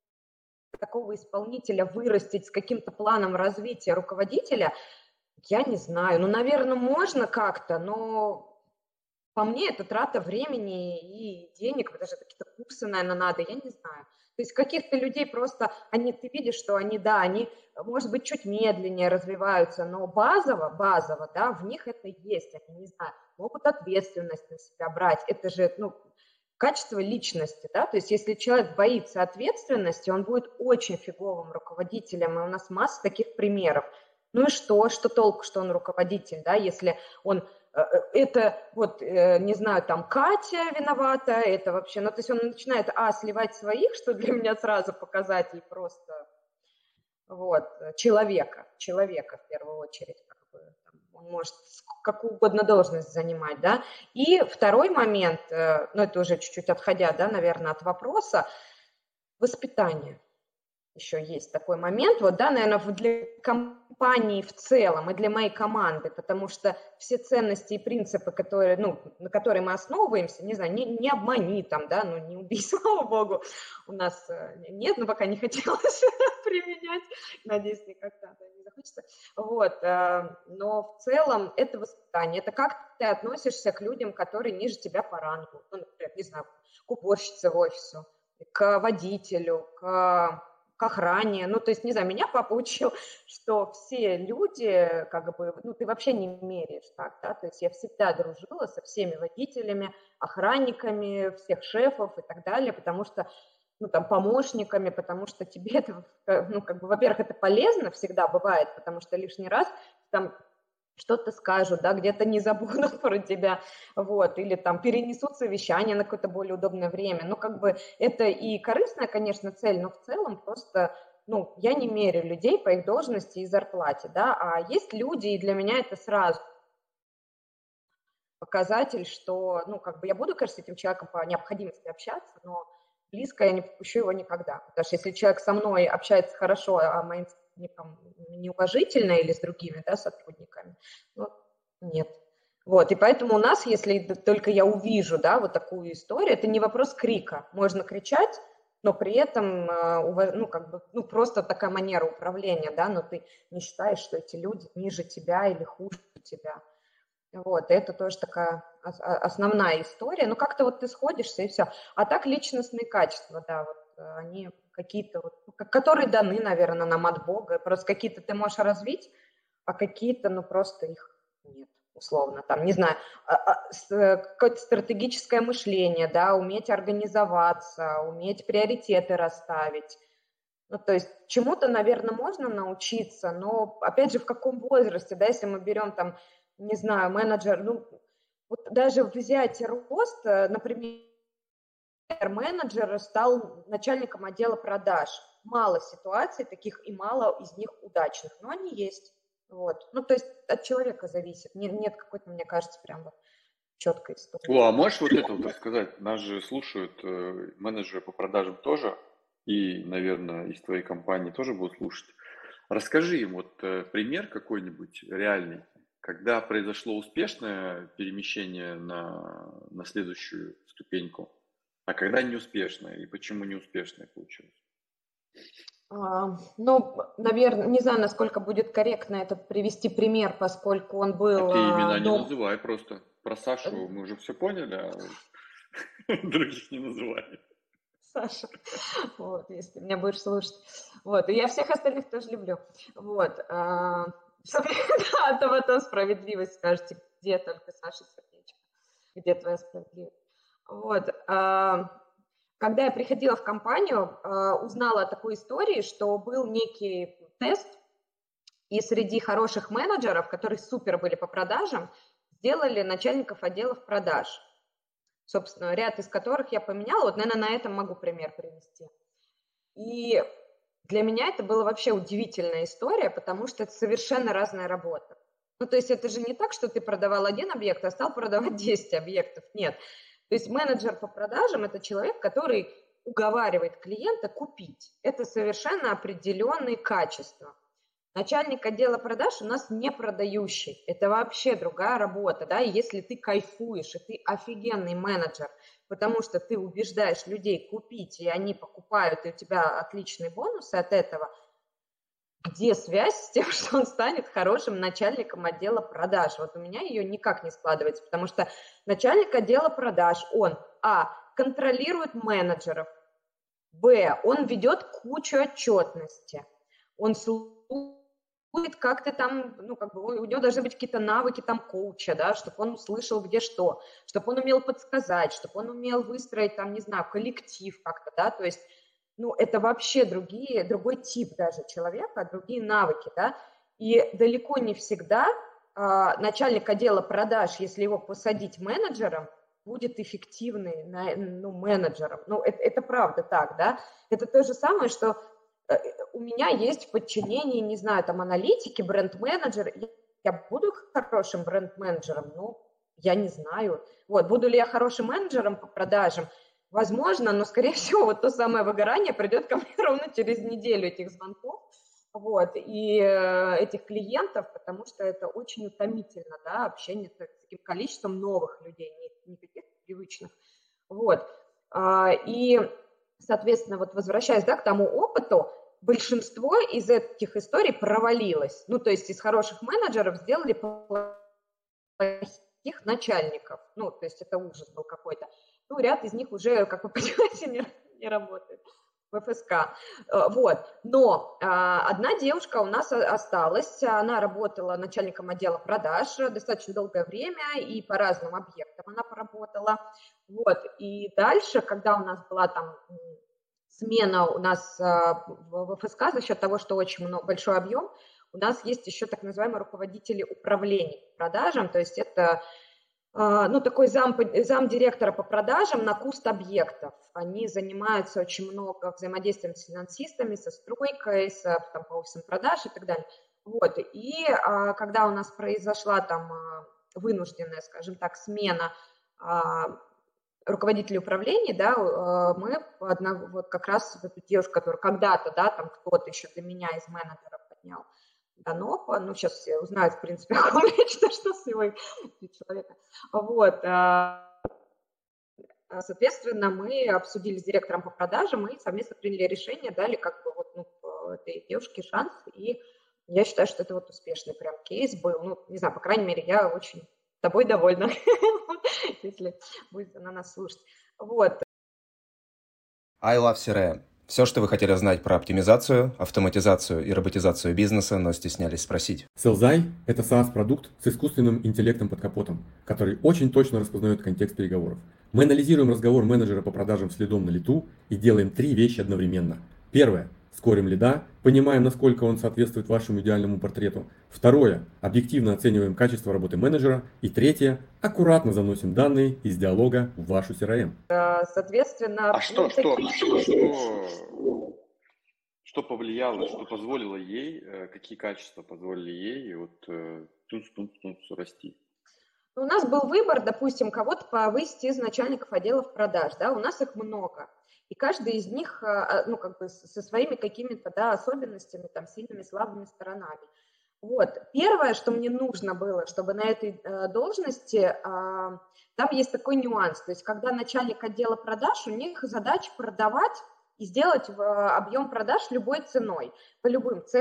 S3: такого исполнителя вырастить с каким-то планом развития руководителя, я не знаю, ну, наверное, можно как-то, но по мне это трата времени и денег, потому что какие-то курсы, наверное, надо, я не знаю. То есть каких-то людей просто, они, ты видишь, что они, да, они, может быть, чуть медленнее развиваются, но базово, базово, да, в них это есть, они, не знаю, могут ответственность на себя брать, это же, ну, качество личности, да, то есть если человек боится ответственности, он будет очень фиговым руководителем, и у нас масса таких примеров. Ну и что, что толку, что он руководитель, да, если он... Это вот, не знаю, там Катя виновата, это вообще, ну, то есть он начинает, а, сливать своих, что для меня сразу показатель просто, вот, человека, человека в первую очередь, как бы, там, он может какую угодно должность занимать, да, и второй момент, ну, это уже чуть-чуть отходя, да, наверное, от вопроса, воспитание. Еще есть такой момент, вот, да, наверное, для компании в целом и для моей команды, потому что все ценности и принципы, которые, ну, на которые мы основываемся, не знаю, не, не обмани там, да, ну, не убей, слава богу, у нас нет, но пока не хотелось применять, надеюсь, никогда не захочется, вот, но в целом это воспитание, это как ты относишься к людям, которые ниже тебя по рангу, ну, например, не знаю, к уборщице в офису, к водителю, к... к охране, ну, то есть, не знаю, меня папа учил, что все люди, как бы, ну, ты вообще не меряешь так, да, то есть я всегда дружила со всеми водителями, охранниками, всех шефов и так далее, потому что, ну, там, помощниками, потому что тебе это, ну, как бы, во-первых, это полезно всегда бывает, потому что лишний раз там что-то скажут, да, где-то не забудут про тебя, вот, или там перенесут совещание на какое-то более удобное время. Ну, как бы это и корыстная, конечно, цель, но в целом просто, ну, я не меряю людей по их должности и зарплате, да, а есть люди, и для меня это сразу показатель, что, ну, как бы я буду, конечно, с этим человеком по необходимости общаться, но близко я не подпущу его никогда, потому что если человек со мной общается хорошо, а моим неуважительно или с другими, да, сотрудниками, ну, нет. Вот, и поэтому у нас, если только я увижу, да, вот такую историю, это не вопрос крика, можно кричать, но при этом, ну, как бы, ну, просто такая манера управления, да, но ты не считаешь, что эти люди ниже тебя или хуже тебя. Вот, это тоже такая основная история. Ну, как-то вот ты сходишься, и все. А так личностные качества, да, вот они какие-то, вот, которые даны, наверное, нам от Бога. Просто какие-то ты можешь развить, а какие-то, ну, просто их нет, условно. Там, не знаю, какое-то стратегическое мышление, да, уметь организоваться, уметь приоритеты расставить. Ну, то есть чему-то, наверное, можно научиться, но, опять же, в каком возрасте, да, если мы берем там, не знаю, менеджер, ну, вот даже взять рост, например, менеджер стал начальником отдела продаж. Мало ситуаций таких и мало из них удачных, но они есть. Вот. Ну, то есть от человека зависит. Нет, нет какой-то, мне кажется, прям вот четкой истории.
S2: О, а можешь вот это вот рассказать? Нас же слушают э, менеджеры по продажам тоже, и, наверное, из твоей компании тоже будут слушать. Расскажи им вот э, пример какой-нибудь реальный, когда произошло успешное перемещение на, на следующую ступеньку, а когда неуспешное, и почему неуспешное получилось?
S3: А, ну, наверное, не знаю, насколько будет корректно это привести пример, поскольку он был...
S2: А ты имена
S3: а,
S2: не
S3: дом...
S2: называй просто. Про Сашу мы уже все поняли. А Других не называю.
S3: Саша, вот, если меня будешь слушать. Вот, и я всех остальных тоже люблю. Вот, а, да, а то потом справедливость скажете, где только Саша сердечко, где твоя справедливость. Вот, а, когда я приходила в компанию, а, узнала о такой истории, что был некий тест, и среди хороших менеджеров, которые супер были по продажам, сделали начальников отделов продаж. Собственно, ряд из которых я поменяла. Вот, наверное, на этом могу пример привести. И для меня это была вообще удивительная история, потому что это совершенно разная работа. Ну, то есть это же не так, что ты продавал один объект, а стал продавать десять объектов. Нет. То есть менеджер по продажам – это человек, который уговаривает клиента купить. Это совершенно определенные качества. Начальник отдела продаж у нас не продающий. Это вообще другая работа, да, и если ты кайфуешь, и ты офигенный менеджер, потому что ты убеждаешь людей купить, и они покупают, и у тебя отличные бонусы от этого, где связь с тем, что он станет хорошим начальником отдела продаж? Вот у меня ее никак не складывается, потому что начальник отдела продаж, он, а, контролирует менеджеров, б, он ведет кучу отчетности, он слушает, как ты там, ну, как бы, у него должны быть какие-то навыки там коуча, да, чтобы он услышал, где что, чтобы он умел подсказать, чтобы он умел выстроить там, не знаю, коллектив как-то, да, то есть, ну, это вообще другие, другой тип даже человека, другие навыки, да, и далеко не всегда а, начальник отдела продаж, если его посадить менеджером, будет эффективный, ну, менеджером, ну, это, это правда так, да, это то же самое, что у меня есть в подчинении, не знаю, там, аналитики, бренд-менеджер. Я буду хорошим бренд-менеджером? Ну, я не знаю. Вот, буду ли я хорошим менеджером по продажам? Возможно, но, скорее всего, вот то самое выгорание придет ко мне ровно через неделю этих звонков, вот, и э, этих клиентов, потому что это очень утомительно, да, общение с таким количеством новых людей, не, не каких-то привычных. Вот, а, и, соответственно, вот возвращаясь, да, к тому опыту, большинство из этих историй провалилось. Ну, то есть из хороших менеджеров сделали плохих начальников. Ну, то есть это ужас был какой-то. Ну, ряд из них уже, как вы понимаете, не, не работает в эф эс ка. Вот. Но а, одна девушка у нас осталась. Она работала начальником отдела продаж достаточно долгое время и по разным объектам она поработала. Вот. И дальше, когда у нас была там смена у нас в эф эс ка за счет того, что очень много, большой объем, у нас есть еще так называемые руководители управлений продажам, то есть это, ну, такой зам, зам директора по продажам на куст объектов. Они занимаются очень много взаимодействием с финансистами, со стройкой, с там, по офисам продаж и так далее. Вот. И когда у нас произошла там вынужденная, скажем так, смена руководителей управления, да, мы одна, вот как раз эту девушку, которую когда-то, да, там кто-то еще до меня из менеджеров поднял до НОПа, ну, сейчас все узнают, в принципе, о ком речь, что, что с его человека. Вот, соответственно, мы обсудили с директором по продажам и совместно приняли решение, дали как бы вот, ну, этой девушке шанс, и я считаю, что это вот успешный прям кейс был, ну, не знаю, по крайней мере, я очень тобой довольна, если будете на нас слушать. Вот.
S1: I love си ар эм. Все, что вы хотели знать про оптимизацию, автоматизацию и роботизацию бизнеса, но стеснялись спросить.
S5: Селзай – это SaaS-продукт с искусственным интеллектом под капотом, который очень точно распознает контекст переговоров. Мы анализируем разговор менеджера по продажам следом на лету и делаем три вещи одновременно. Первое – скорим лида, понимаем, насколько он соответствует вашему идеальному портрету. Второе – объективно оцениваем качество работы менеджера. И третье – аккуратно заносим данные из диалога в вашу си ар эм.
S3: Соответственно…
S2: А что, что, что, что, что повлияло, что позволило ей, какие качества позволили ей вот тунц-тунц-тунц расти?
S3: У нас был выбор, допустим, кого-то повысить из начальников отделов продаж, да, у нас их много. И каждый из них, ну, как бы со своими какими-то, да, особенностями, там, сильными, слабыми сторонами. Вот. Первое, что мне нужно было, чтобы на этой э, должности, э, там есть такой нюанс, то есть когда начальник отдела продаж, у них задача продавать и сделать э, объем продаж любой ценой, по любым ценам,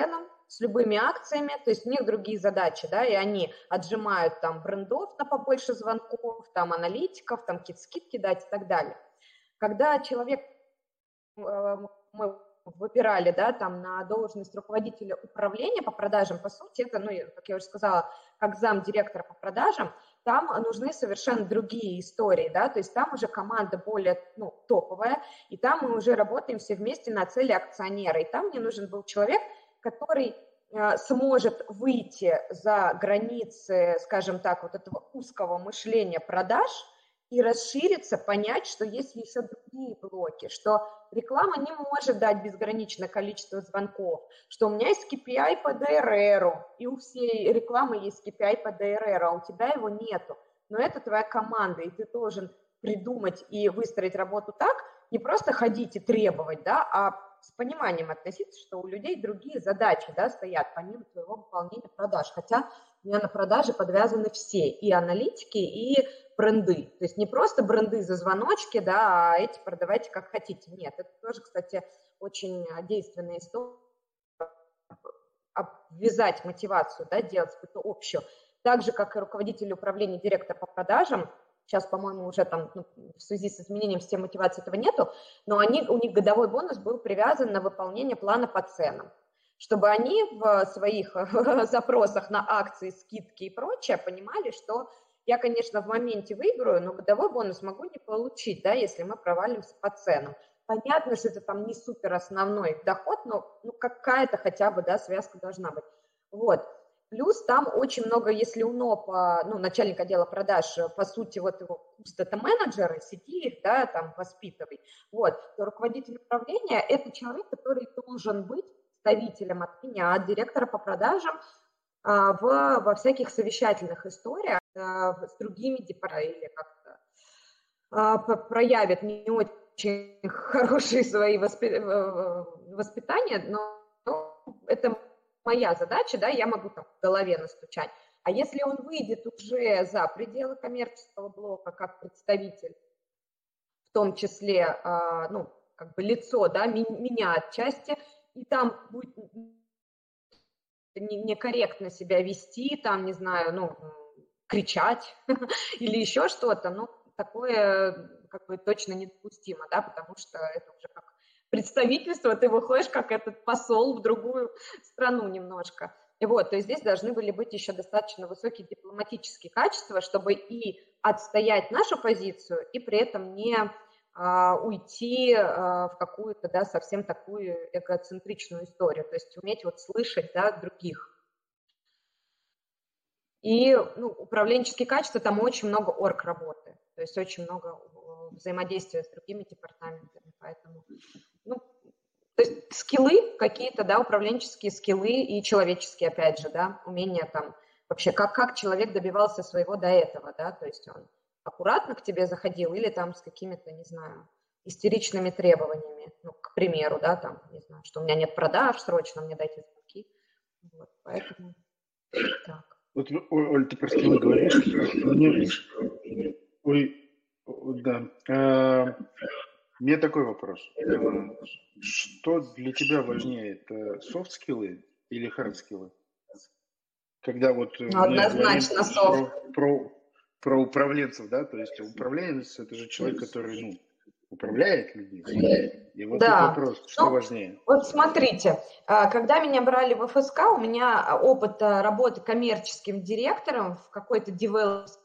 S3: с любыми акциями, то есть у них другие задачи, да, и они отжимают там брендов на побольше звонков, там аналитиков, там какие-то скидки дать и так далее. Когда человек, мы выбирали, да, там на должность руководителя управления по продажам, по сути, это, ну, как я уже сказала, как замдиректора по продажам, там нужны совершенно другие истории, да, то есть там уже команда более, ну, топовая, и там мы уже работаем все вместе на цели акционера, и там мне нужен был человек, который э, сможет выйти за границы, скажем так, вот этого узкого мышления продаж и расшириться, понять, что есть еще другие блоки, что реклама не может дать безграничное количество звонков, что у меня есть кей пи ай по ди эр эр, и у всей рекламы есть кей пи ай по ди эр эр, а у тебя его нету. Но это твоя команда, и ты должен придумать и выстроить работу так, не просто ходить и требовать, да, а с пониманием относиться, что у людей другие задачи, да, стоят помимо твоего выполнения продаж. Хотя у меня на продаже подвязаны все, и аналитики, и бренды. То есть не просто бренды за звоночки, да, а эти продавайте как хотите. Нет, это тоже, кстати, очень действенная история. Обвязать мотивацию, да, делать какую-то общую. Так же, как и руководитель управления, директор по продажам. Сейчас, по-моему, уже там, ну, в связи с изменением системы мотивации этого нету, но они, у них годовой бонус был привязан на выполнение плана по ценам, чтобы они в своих запросах на акции, скидки и прочее понимали, что я, конечно, в моменте выиграю, но годовой бонус могу не получить, да, если мы провалимся по ценам. Понятно, что это там не супер основной доход, но ну, какая-то хотя бы, да, связка должна быть. Вот. Плюс там очень много, если у НОПа, ну, начальник отдела продаж, по сути, вот его куст, это менеджеры, сиди их, да, там, воспитывай. Вот, то руководитель управления – это человек, который должен быть представителем от меня, от директора по продажам а, в, во всяких совещательных историях а, с другими департаментами или как-то а, проявит не очень хорошие свои воспи... воспитания, но, но это моя задача, да, я могу там в голове настучать. А если он выйдет уже за пределы коммерческого блока как представитель, в том числе, а, ну, как бы лицо, да, ми- меня отчасти, и там будет некорректно себя вести, там, не знаю, ну, кричать или еще что-то, ну, такое как бы точно недопустимо, да, потому что это уже как представительство, ты выходишь как этот посол в другую страну немножко. И вот, то есть здесь должны были быть еще достаточно высокие дипломатические качества, чтобы и отстоять нашу позицию, и при этом не а, уйти а, в какую-то, да, совсем такую эгоцентричную историю, то есть уметь вот слышать, да, других. И, ну, управленческие качества, там очень много орг-работы, то есть очень много взаимодействия с другими департаментами, поэтому, ну, то есть скиллы какие-то, да, управленческие скиллы и человеческие, опять же, да, умения там, вообще, как, как человек добивался своего до этого, да, то есть он аккуратно к тебе заходил или там с какими-то, не знаю, истеричными требованиями, ну, к примеру, да, там, не знаю, что у меня нет продаж, срочно мне дайте звонки, вот, поэтому так.
S4: Вот, Оль, ты про скиллы говоришь, мне... Ой, да. А, у меня такой вопрос. Что для тебя важнее, это софт-скиллы или хард-скиллы? Когда вот
S3: ну, однозначно
S4: про, про, про управленцев, да, то есть управленец – это же человек, который, ну, управляет людьми. И вот
S3: да.
S4: этот вопрос, что ну, важнее?
S3: Вот смотрите, когда меня брали в эф эс ка, у меня опыта работы коммерческим директором в какой-то девелоперской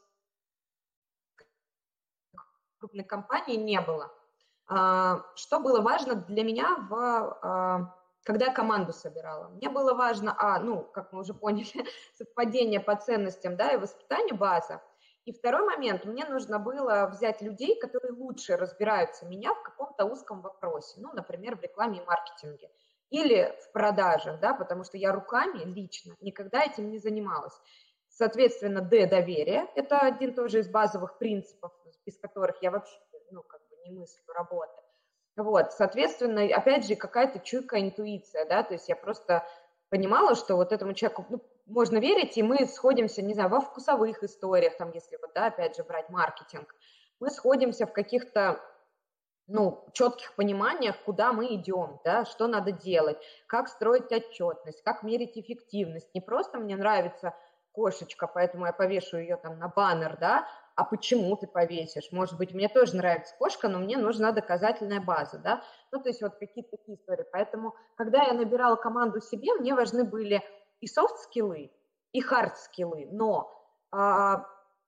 S3: крупной компании не было. Что было важно для меня, в, когда я команду собирала? Мне было важно, а, ну, как мы уже поняли, совпадение по ценностям, да, и воспитание, база. И второй момент, мне нужно было взять людей, которые лучше разбираются меня в каком-то узком вопросе, ну, например, в рекламе и маркетинге или в продажах, да, потому что я руками лично никогда этим не занималась. Соответственно, Д, доверие, это один тоже из базовых принципов, без которых я вообще, ну, как бы не мыслю работы. Вот, соответственно, опять же, какая-то чуйка, интуиция, да, то есть я просто понимала, что вот этому человеку, ну, можно верить, и мы сходимся, не знаю, во вкусовых историях, там, если вот, да, опять же, брать маркетинг, мы сходимся в каких-то ну, четких пониманиях, куда мы идем, да, что надо делать, как строить отчетность, как мерить эффективность. Не просто мне нравится кошечка, поэтому я повешу ее там на баннер, да, а почему ты повесишь? Может быть, мне тоже нравится кошка, но мне нужна доказательная база, да. Ну, то есть вот какие-то такие истории. Поэтому, когда я набирала команду себе, мне важны были и софт-скиллы, и хард-скиллы, но а,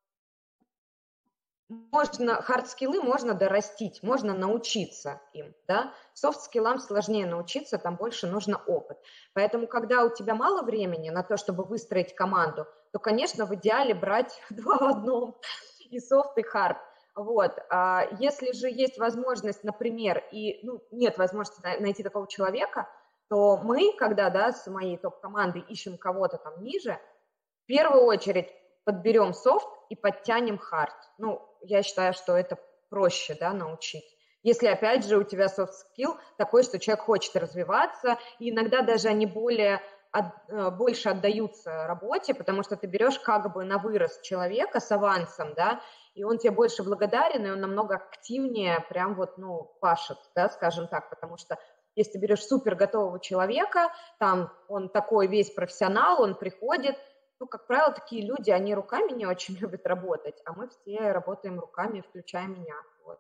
S3: можно, хард-скиллы можно дорастить, можно научиться им, да. Софт-скиллам сложнее научиться, там больше нужно опыт. Поэтому, когда у тебя мало времени на то, чтобы выстроить команду, то, конечно, в идеале брать два в одном, и софт, и хард. Вот. А если же есть возможность, например, и ну, нет возможности найти такого человека, то мы, когда, да, с моей топ-командой ищем кого-то там ниже, в первую очередь подберем софт и подтянем хард. Ну, я считаю, что это проще, да, научить. Если, опять же, у тебя soft skill такой, что человек хочет развиваться, и иногда даже они более, от, больше отдаются работе, потому что ты берешь как бы на вырост человека с авансом, да, и он тебе больше благодарен, и он намного активнее прям вот, ну, пашет, да, скажем так, потому что если ты берешь супер готового человека, там он такой весь профессионал, он приходит, ну, как правило, такие люди, они руками не очень любят работать, а мы все работаем руками, включая меня. Вот.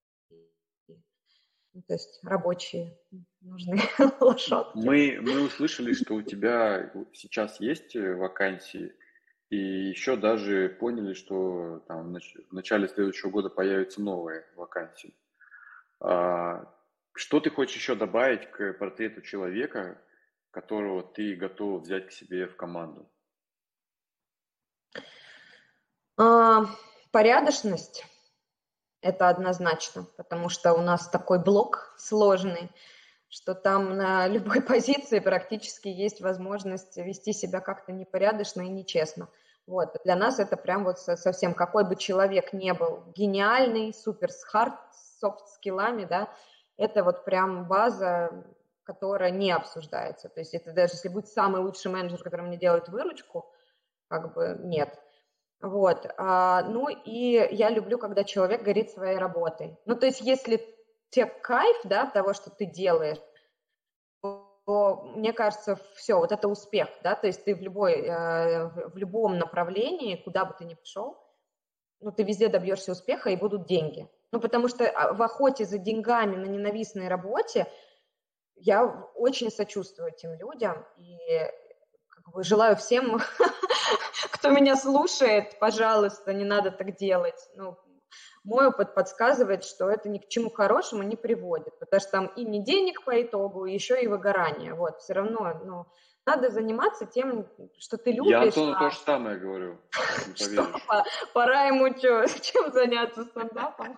S3: Ну, то есть рабочие нужны лошадки.
S2: Мы, мы услышали, что у тебя сейчас есть вакансии, и еще даже поняли, что там в начале следующего года появятся новые вакансии. Что ты хочешь еще добавить к портрету человека, которого ты готов взять к себе в команду?
S3: Порядочность – это однозначно, потому что у нас такой блок сложный, что там на любой позиции практически есть возможность вести себя как-то непорядочно и нечестно. Вот. Для нас это прям вот совсем, какой бы человек ни был, гениальный, супер с хард, софт-скиллами, да, это вот прям база, которая не обсуждается. То есть это даже если будет самый лучший менеджер, который мне делает выручку, как бы нет. Вот, а, ну и я люблю, когда человек горит своей работой. Ну, то есть если тебе кайф, да, того, что ты делаешь, то, мне кажется, все, вот это успех, да, то есть ты в, любой, э, в любом направлении, куда бы ты ни пошел, ну, ты везде добьешься успеха, и будут деньги. Ну, потому что в охоте за деньгами на ненавистной работе я очень сочувствую этим людям, и как бы желаю всем... Кто меня слушает, пожалуйста, не надо так делать. Ну, мой опыт подсказывает, что это ни к чему хорошему не приводит, потому что там и не денег по итогу, еще и выгорание. Вот, все равно, ну, надо заниматься тем, что ты любишь.
S2: Я Антону а... то же самое говорю.
S3: Что, пора ему что, чем заняться, стендапом?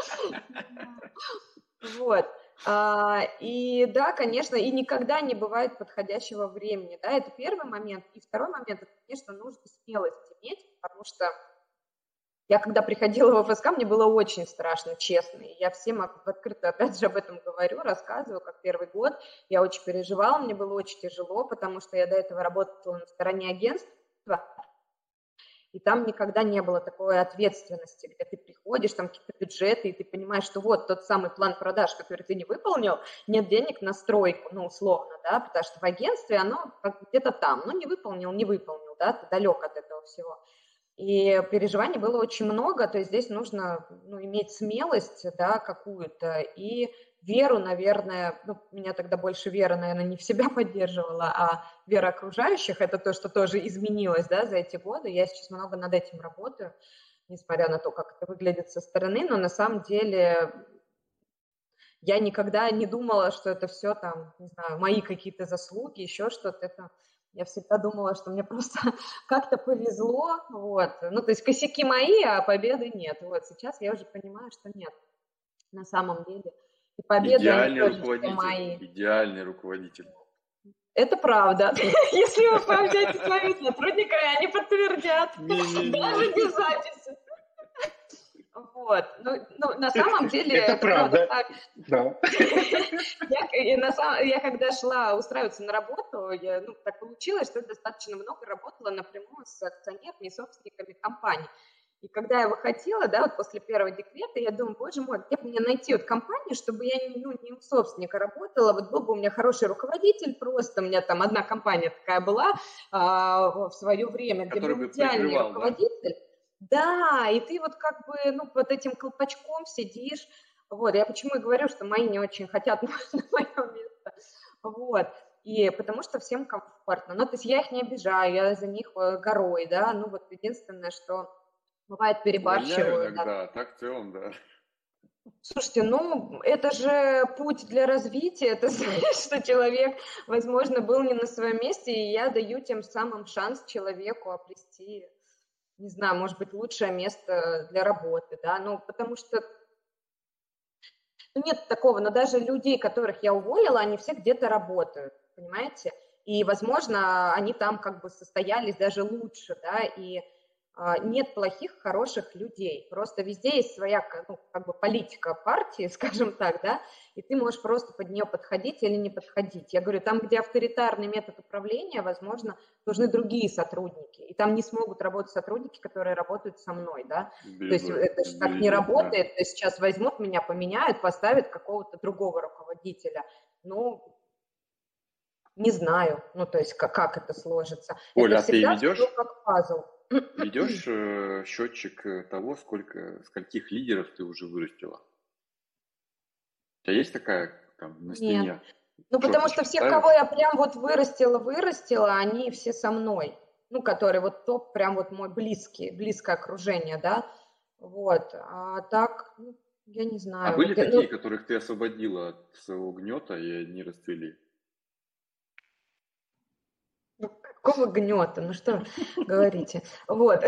S3: Вот. А, и да, конечно, и никогда не бывает подходящего времени, да, это первый момент. И второй момент, это, конечно, нужно смелость иметь, потому что я, когда приходила в ФСК, мне было очень страшно, честно, и я всем открыто, опять же, об этом говорю, рассказываю, как первый год я очень переживала, мне было очень тяжело, потому что я до этого работала на стороне агентства, и там никогда не было такой ответственности, где ты приходишь, там какие-то бюджеты, и ты понимаешь, что вот тот самый план продаж, который ты не выполнил, нет денег на стройку, ну, условно, да, потому что в агентстве оно где-то там, ну, не выполнил, не выполнил, да, ты далек от этого всего. И переживаний было очень много, то есть здесь нужно, ну, иметь смелость, да, какую-то, и веру, наверное, ну, меня тогда больше вера, наверное, не в себя поддерживала, а вера окружающих, это то, что тоже изменилось, да, за эти годы. Я сейчас много над этим работаю, несмотря на то, как это выглядит со стороны, но на самом деле я никогда не думала, что это все там, не знаю, мои какие-то заслуги, еще что-то. Это я всегда думала, что мне просто как-то повезло, вот. Ну, то есть косяки мои, а победы нет. Вот сейчас я уже понимаю, что нет, на самом деле. И победы,
S2: идеальный
S3: они
S2: руководитель,
S3: мои.
S2: идеальный руководитель.
S3: Это правда. Если вы пообщаетесь с моими сотрудниками, они подтвердят. Даже без записи. Вот. Ну, ну, на самом деле...
S4: Это, это правда.
S3: правда.
S4: Да.
S3: Я, на самом, я когда шла устраиваться на работу, я, ну, так получилось, что я достаточно много работала напрямую с акционерами и собственниками компаний. И когда я выходила, да, вот после первого декрета, я думаю, боже мой, где бы мне найти вот компанию, чтобы я ну, не у собственника работала, вот был бы у меня хороший руководитель, просто у меня там одна компания такая была а, в свое время, где
S2: Который
S3: был
S2: бы
S3: идеальный
S2: прикрывал, да?
S3: руководитель. Да, и ты вот как бы, ну, под этим колпачком сидишь. Вот, я почему и говорю, что мои не очень хотят на мое место. Вот. И потому что всем комфортно. Ну, то есть я их не обижаю, я за них э, горой, да. Ну, вот единственное, что бывает
S2: Увольняю
S3: перебарщиваю, да.
S2: иногда, а так в целом, да.
S3: Слушайте, ну, это же путь для развития, это значит, что человек, возможно, был не на своем месте, и я даю тем самым шанс человеку обрести, не знаю, может быть, лучшее место для работы, да, ну, потому что ну, нет такого, но даже людей, которых я уволила, они все где-то работают, понимаете? И, возможно, они там как бы состоялись даже лучше, да, и а, нет плохих, хороших людей. Просто везде есть своя, ну, как бы политика партии, скажем так, да, и ты можешь просто под нее подходить или не подходить. Я говорю, там, где авторитарный метод управления, возможно, нужны другие сотрудники, и там не смогут работать сотрудники, которые работают со мной, да. То есть это же так не работает, то есть сейчас возьмут меня, поменяют, поставят какого-то другого руководителя. Ну, не знаю, ну, то есть как, как это сложится.
S2: Оля,
S3: Это
S2: а ты
S3: всегда
S2: ведешь?
S3: всё как пазл.
S2: Ведешь э, счетчик того, сколько, скольких лидеров ты уже вырастила? У тебя есть такая там на стене?
S3: Нет. Ну, потому что всех, кого я прям вот вырастила, вырастила, они все со мной. Ну, которые вот топ, прям вот мой близкий, близкое окружение, да. Вот. А так, ну, я не знаю.
S2: А были
S3: Вот,
S2: такие,
S3: ну,
S2: которых ты освободила от своего гнета, и они расцвели?
S3: ну, какого гнета? Ну, что говорите? Вот.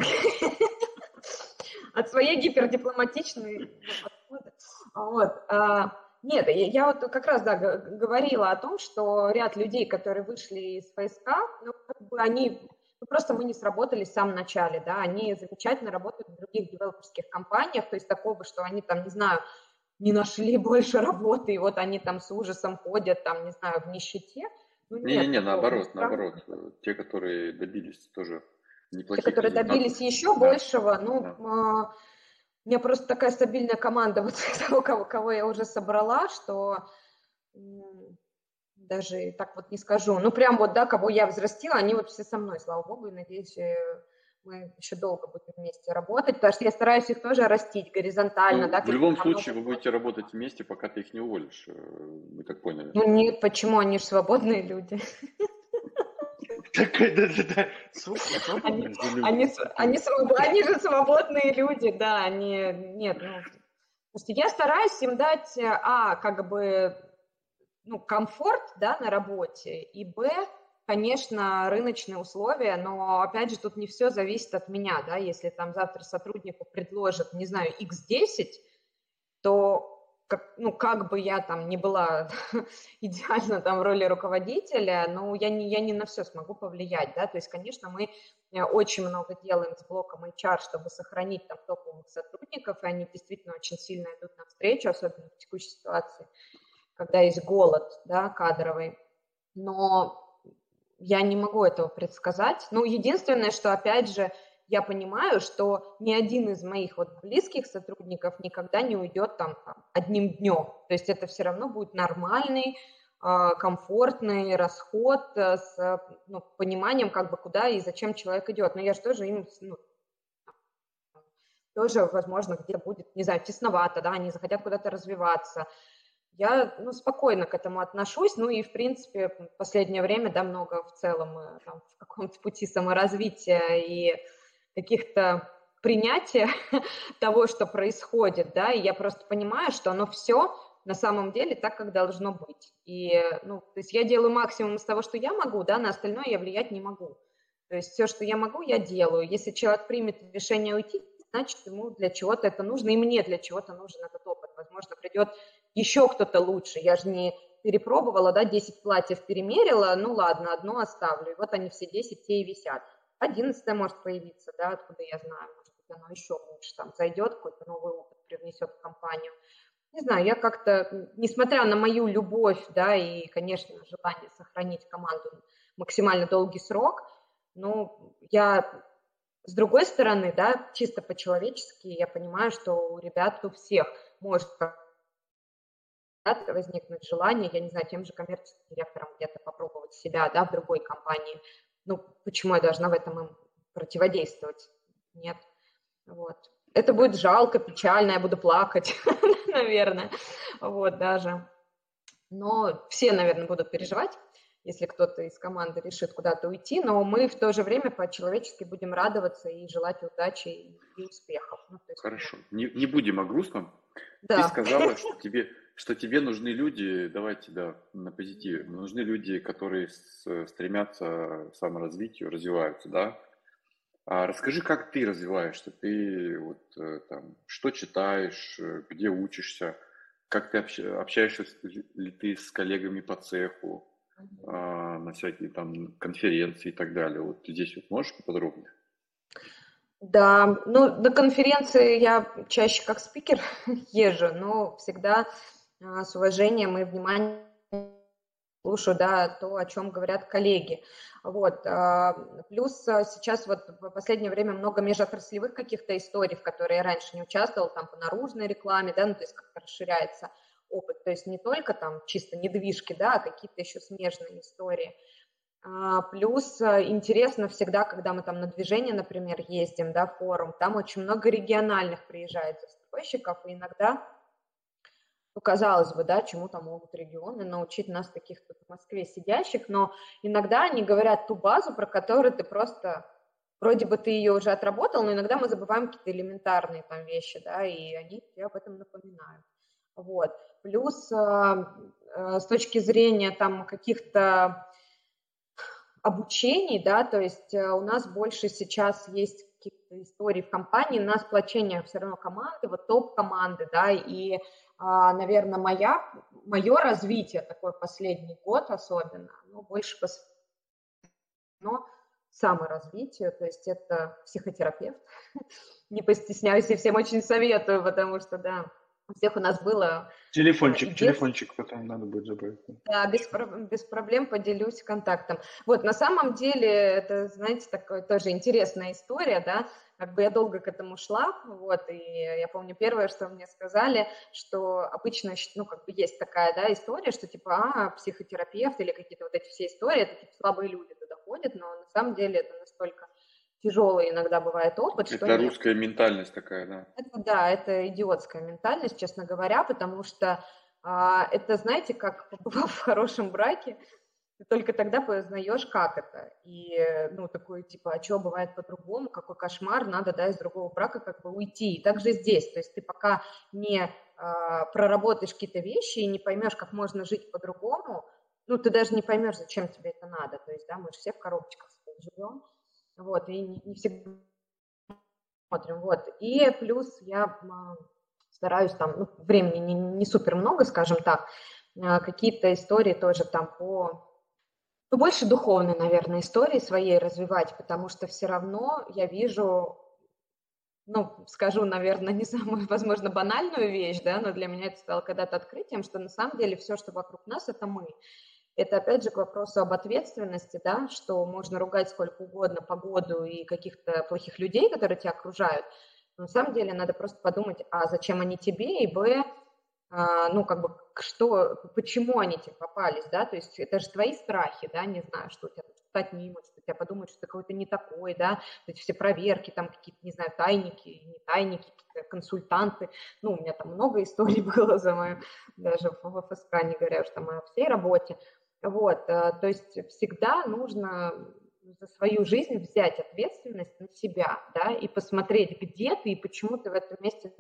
S3: От своей гипердипломатичной подхода. Вот. А, Нет, я, я вот как раз, да, г- говорила о том, что ряд людей, которые вышли из ФСК, ну, как бы они, ну, просто мы не сработались в самом начале, да, они замечательно работают в других девелоперских компаниях, то есть такого, что они там, не знаю, не нашли больше работы, и вот они там с ужасом ходят, там, не знаю, в нищете. Ну, нет
S2: Не-не-не,
S3: такого,
S2: наоборот,
S3: ни странно.
S2: наоборот. Э, Те, которые добились тоже
S3: Те,
S2: неплохих
S3: которые
S2: результатов.
S3: добились еще
S2: Да,
S3: большего, ну,
S2: да.
S3: а, у меня просто такая стабильная команда вот того, кого, кого я уже собрала, что м, даже и так вот не скажу. Ну, прям вот, да, кого я взрастила, они вот все со мной, слава богу, и надеюсь, э, мы еще долго будем вместе работать, потому что я стараюсь их тоже растить горизонтально,
S2: Ну,
S3: да.
S2: в любом
S3: какие-то
S2: случае вы
S3: много-
S2: будете работать вместе, пока ты их не уволишь. э, Мы так поняли.
S3: Ну, нет, почему, они же свободные люди.
S4: Так, да-да-да.
S3: Они, они, св- они, своб- они же свободные люди, да, они, нет, ну, слушайте, я стараюсь им дать, э, а, как бы, ну, комфорт, да, на работе, и, б, конечно, рыночные условия, но, опять же, тут не все зависит от меня, да, если там завтра сотруднику предложат, не знаю, икс десять, то как, ну, как бы я там не была идеально там в роли руководителя, но я не, я не на все смогу повлиять, да, то есть, конечно, мы э, очень много делаем с блоком эйч ар, чтобы сохранить там топовых сотрудников, и они действительно очень сильно идут навстречу, особенно в текущей ситуации, когда есть голод, да, кадровый, но я не могу этого предсказать. Ну, единственное, что, опять же, я понимаю, что ни один из моих вот близких сотрудников никогда не уйдет там, там одним днем. То есть это все равно будет нормальный, э, комфортный расход э, с ну, пониманием, как бы куда и зачем человек идет. Но я же тоже им, ну, тоже, возможно, где-то будет, не знаю, тесновато, да, они захотят куда-то развиваться. Я, ну, спокойно к этому отношусь, ну и, в принципе, в последнее время, да, много в целом э, там, в каком-то пути саморазвития и каких-то принятия того, что происходит, да, и я просто понимаю, что оно все на самом деле так, как должно быть. И, ну, то есть я делаю максимум из того, что я могу, да, на остальное я влиять не могу. То есть все, что я могу, я делаю. Если человек примет решение уйти, значит, ему для чего-то это нужно, и мне для чего-то нужен этот опыт. Возможно, придет еще кто-то лучше. Я же не перепробовала, да, десять платьев перемерила, ну ладно, одно оставлю. И вот они все десять те и висят. Одиннадцатое может появиться, да, откуда я знаю, может быть, оно еще лучше там зайдет, какой-то новый опыт привнесет в компанию. Не знаю, я как-то, несмотря на мою любовь, да, и, конечно, желание сохранить команду максимально долгий срок, ну, я с другой стороны, да, чисто по-человечески я понимаю, что у ребят, у всех может возникнуть желание, я не знаю, тем же коммерческим директором где-то попробовать себя, да, в другой компании. Ну, почему я должна в этом им противодействовать? Нет. Вот. Это будет жалко, печально, я буду плакать, наверное, вот даже. Но все, наверное, будут переживать, если кто-то из команды решит куда-то уйти, но мы в то же время по-человечески будем радоваться и желать удачи и, и успехов. Ну, то есть,
S2: Хорошо, не, не будем о грустном.
S3: Да.
S2: Ты сказала, что тебе, что тебе нужны люди, давайте, да, на позитиве, нужны люди, которые с- стремятся к саморазвитию, развиваются, да? А расскажи, как ты развиваешься, ты вот э, там, что читаешь, э, где учишься, как ты общ- общаешься с- ли ты с коллегами по цеху, а, на всякие там конференции и так далее. Вот ты здесь вот можешь поподробнее?
S3: Да, ну, на конференции я чаще как спикер езжу, но всегда а, с уважением и вниманием слушаю, да, то, о чем говорят коллеги. Вот. а, Плюс а, сейчас вот в последнее время много межотраслевых каких-то историй, в которые я раньше не участвовала, там по наружной рекламе, да, ну, то есть как-то расширяется опыт. То есть не только там чисто недвижки, да, а какие-то еще смежные истории. А, Плюс а, интересно всегда, когда мы там на движение, например, ездим, да, форум, там очень много региональных приезжает застройщиков, и иногда, ну, казалось бы, да, чему-то могут регионы научить нас, таких тут в Москве сидящих, но иногда они говорят ту базу, про которую ты просто, вроде бы ты ее уже отработал, но иногда мы забываем какие-то элементарные там вещи, да, и они тебе об этом напоминают. Вот. Плюс а, а, с точки зрения там каких-то обучений, да, то есть э, у нас больше сейчас есть каких-то историй в компании, у нас сплочение все равно команды, вот топ-команды, да, и, а, наверное, моя, мое развитие, такой последний год особенно, ну, больше посвящено саморазвитию, то есть это психотерапевт, не постесняюсь и всем очень советую, потому что, да, у всех у нас было
S4: Телефончик,
S3: и детство.
S4: телефончик потом надо будет забрать.
S3: Да, без, про- без проблем поделюсь контактом. Вот, на самом деле, это, знаете, такая тоже интересная история, да, как бы я долго к этому шла, вот, и я помню первое, что мне сказали, что обычно, ну, как бы есть такая, да, история, что, типа, а, психотерапевт или какие-то вот эти все истории, это, типа, слабые люди туда ходят, но на самом деле это настолько тяжелый иногда бывает опыт, что
S2: Это
S3: нет.
S2: русская ментальность такая, да.
S3: Это, да, это идиотская ментальность, честно говоря, потому что а, это, знаете, как побывав в хорошем браке, ты только тогда познаешь, как это. И, э, ну, такой, типа, а что бывает по-другому, какой кошмар, надо, да, из другого брака как бы уйти. И так же здесь, то есть ты пока не а, проработаешь какие-то вещи и не поймешь, как можно жить по-другому, ну, ты даже не поймешь, зачем тебе это надо. То есть, да, мы же все в коробочках своих живем, вот, и не, не всегда смотрим, вот. И плюс я м, стараюсь там, ну, времени не, не супер много, скажем так, а, какие-то истории тоже там по, ну, больше духовной, наверное, истории своей развивать, потому что все равно я вижу, ну, скажу, наверное, не самую, возможно, банальную вещь, да, но для меня это стало когда-то открытием, что на самом деле все, что вокруг нас, это мы. Это, опять же, к вопросу об ответственности, да, что можно ругать сколько угодно погоду и каких-то плохих людей, которые тебя окружают, но на самом деле надо просто подумать, а зачем они тебе, и б, а, ну, как бы, что, почему они тебе попались, да, то есть это же твои страхи, да, не знаю, что у тебя тут отнимут, что тебя подумают, что ты какой-то не такой, да, эти все проверки, там какие-то, не знаю, тайники, не тайники, какие-то консультанты, ну, у меня там много историй было за мою, даже в ФСК, не говоря уж там о всей работе, вот, то есть всегда нужно за свою жизнь взять ответственность на себя, да, и посмотреть, где ты и почему ты в этом месте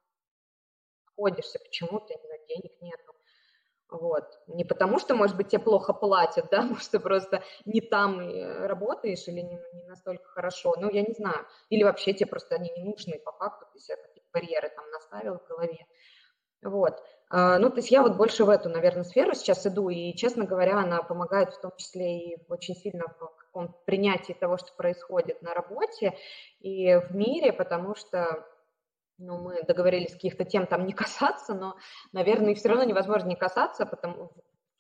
S3: находишься, почему ты, не знаю, денег нету. Вот. Не потому, что, может быть, тебе плохо платят, да, может, ты просто не там работаешь или не, не настолько хорошо, ну, я не знаю. Или вообще тебе просто они не нужны по факту, ты себе какие-то барьеры там наставил в голове. Вот. Ну, то есть я вот больше в эту, наверное, сферу сейчас иду, и, честно говоря, она помогает в том числе и очень сильно в каком-то принятии того, что происходит на работе и в мире, потому что, ну, мы договорились каких-то тем там не касаться, но, наверное, их все равно невозможно не касаться, потому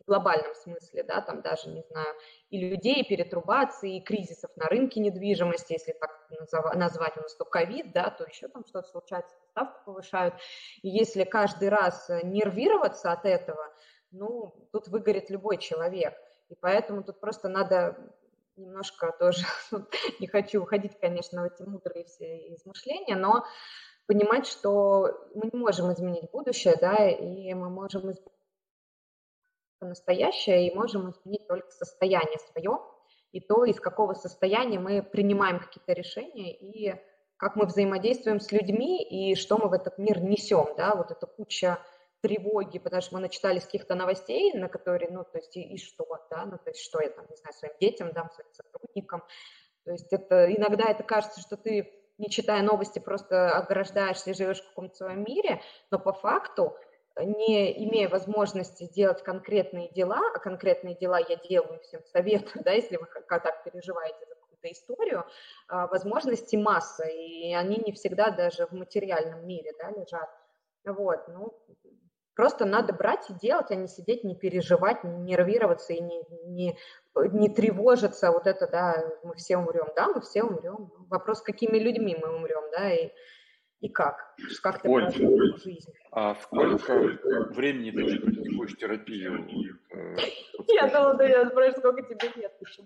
S3: в глобальном смысле, да, там даже, не знаю, и людей, и перетрубаций, и кризисов на рынке недвижимости, если так назов- назвать, у нас то ковид, да, то еще там что-то случается, ставку повышают. И если каждый раз нервироваться от этого, ну, тут выгорит любой человек. И поэтому тут просто надо немножко тоже, не хочу уходить, конечно, в эти мудрые все измышления, но понимать, что мы не можем изменить будущее, да, и мы можем изменить настоящее, и можем изменить только состояние свое, и то, из какого состояния мы принимаем какие-то решения, и как мы взаимодействуем с людьми, и что мы в этот мир несем, да, вот эта куча тревоги, потому что мы начитались каких-то новостей, на которые, ну, то есть, и, и что, да, ну, то есть, что я там, не знаю, своим детям дам, своим сотрудникам, то есть, это, иногда это кажется, что ты, не читая новости, просто ограждаешься и живешь в каком-то своем мире, но по факту, не имея возможности сделать конкретные дела, а конкретные дела я делаю, всем советую, да, если вы так переживаете за какую-то историю, возможностей масса, и они не всегда даже в материальном мире, да, лежат. Вот, ну, просто надо брать и делать, а не сидеть, не переживать, не нервироваться и не, не, не тревожиться. Вот это, да, мы все умрем, да, мы все умрем. Вопрос, какими людьми мы умрем, да, и, и как, как ты
S2: Оль,
S3: проживешь жизнь.
S2: а сколько времени ты уже практикуешь терапию? Э,
S3: Я думала, да, я спрашиваю, сколько тебе лет, почему?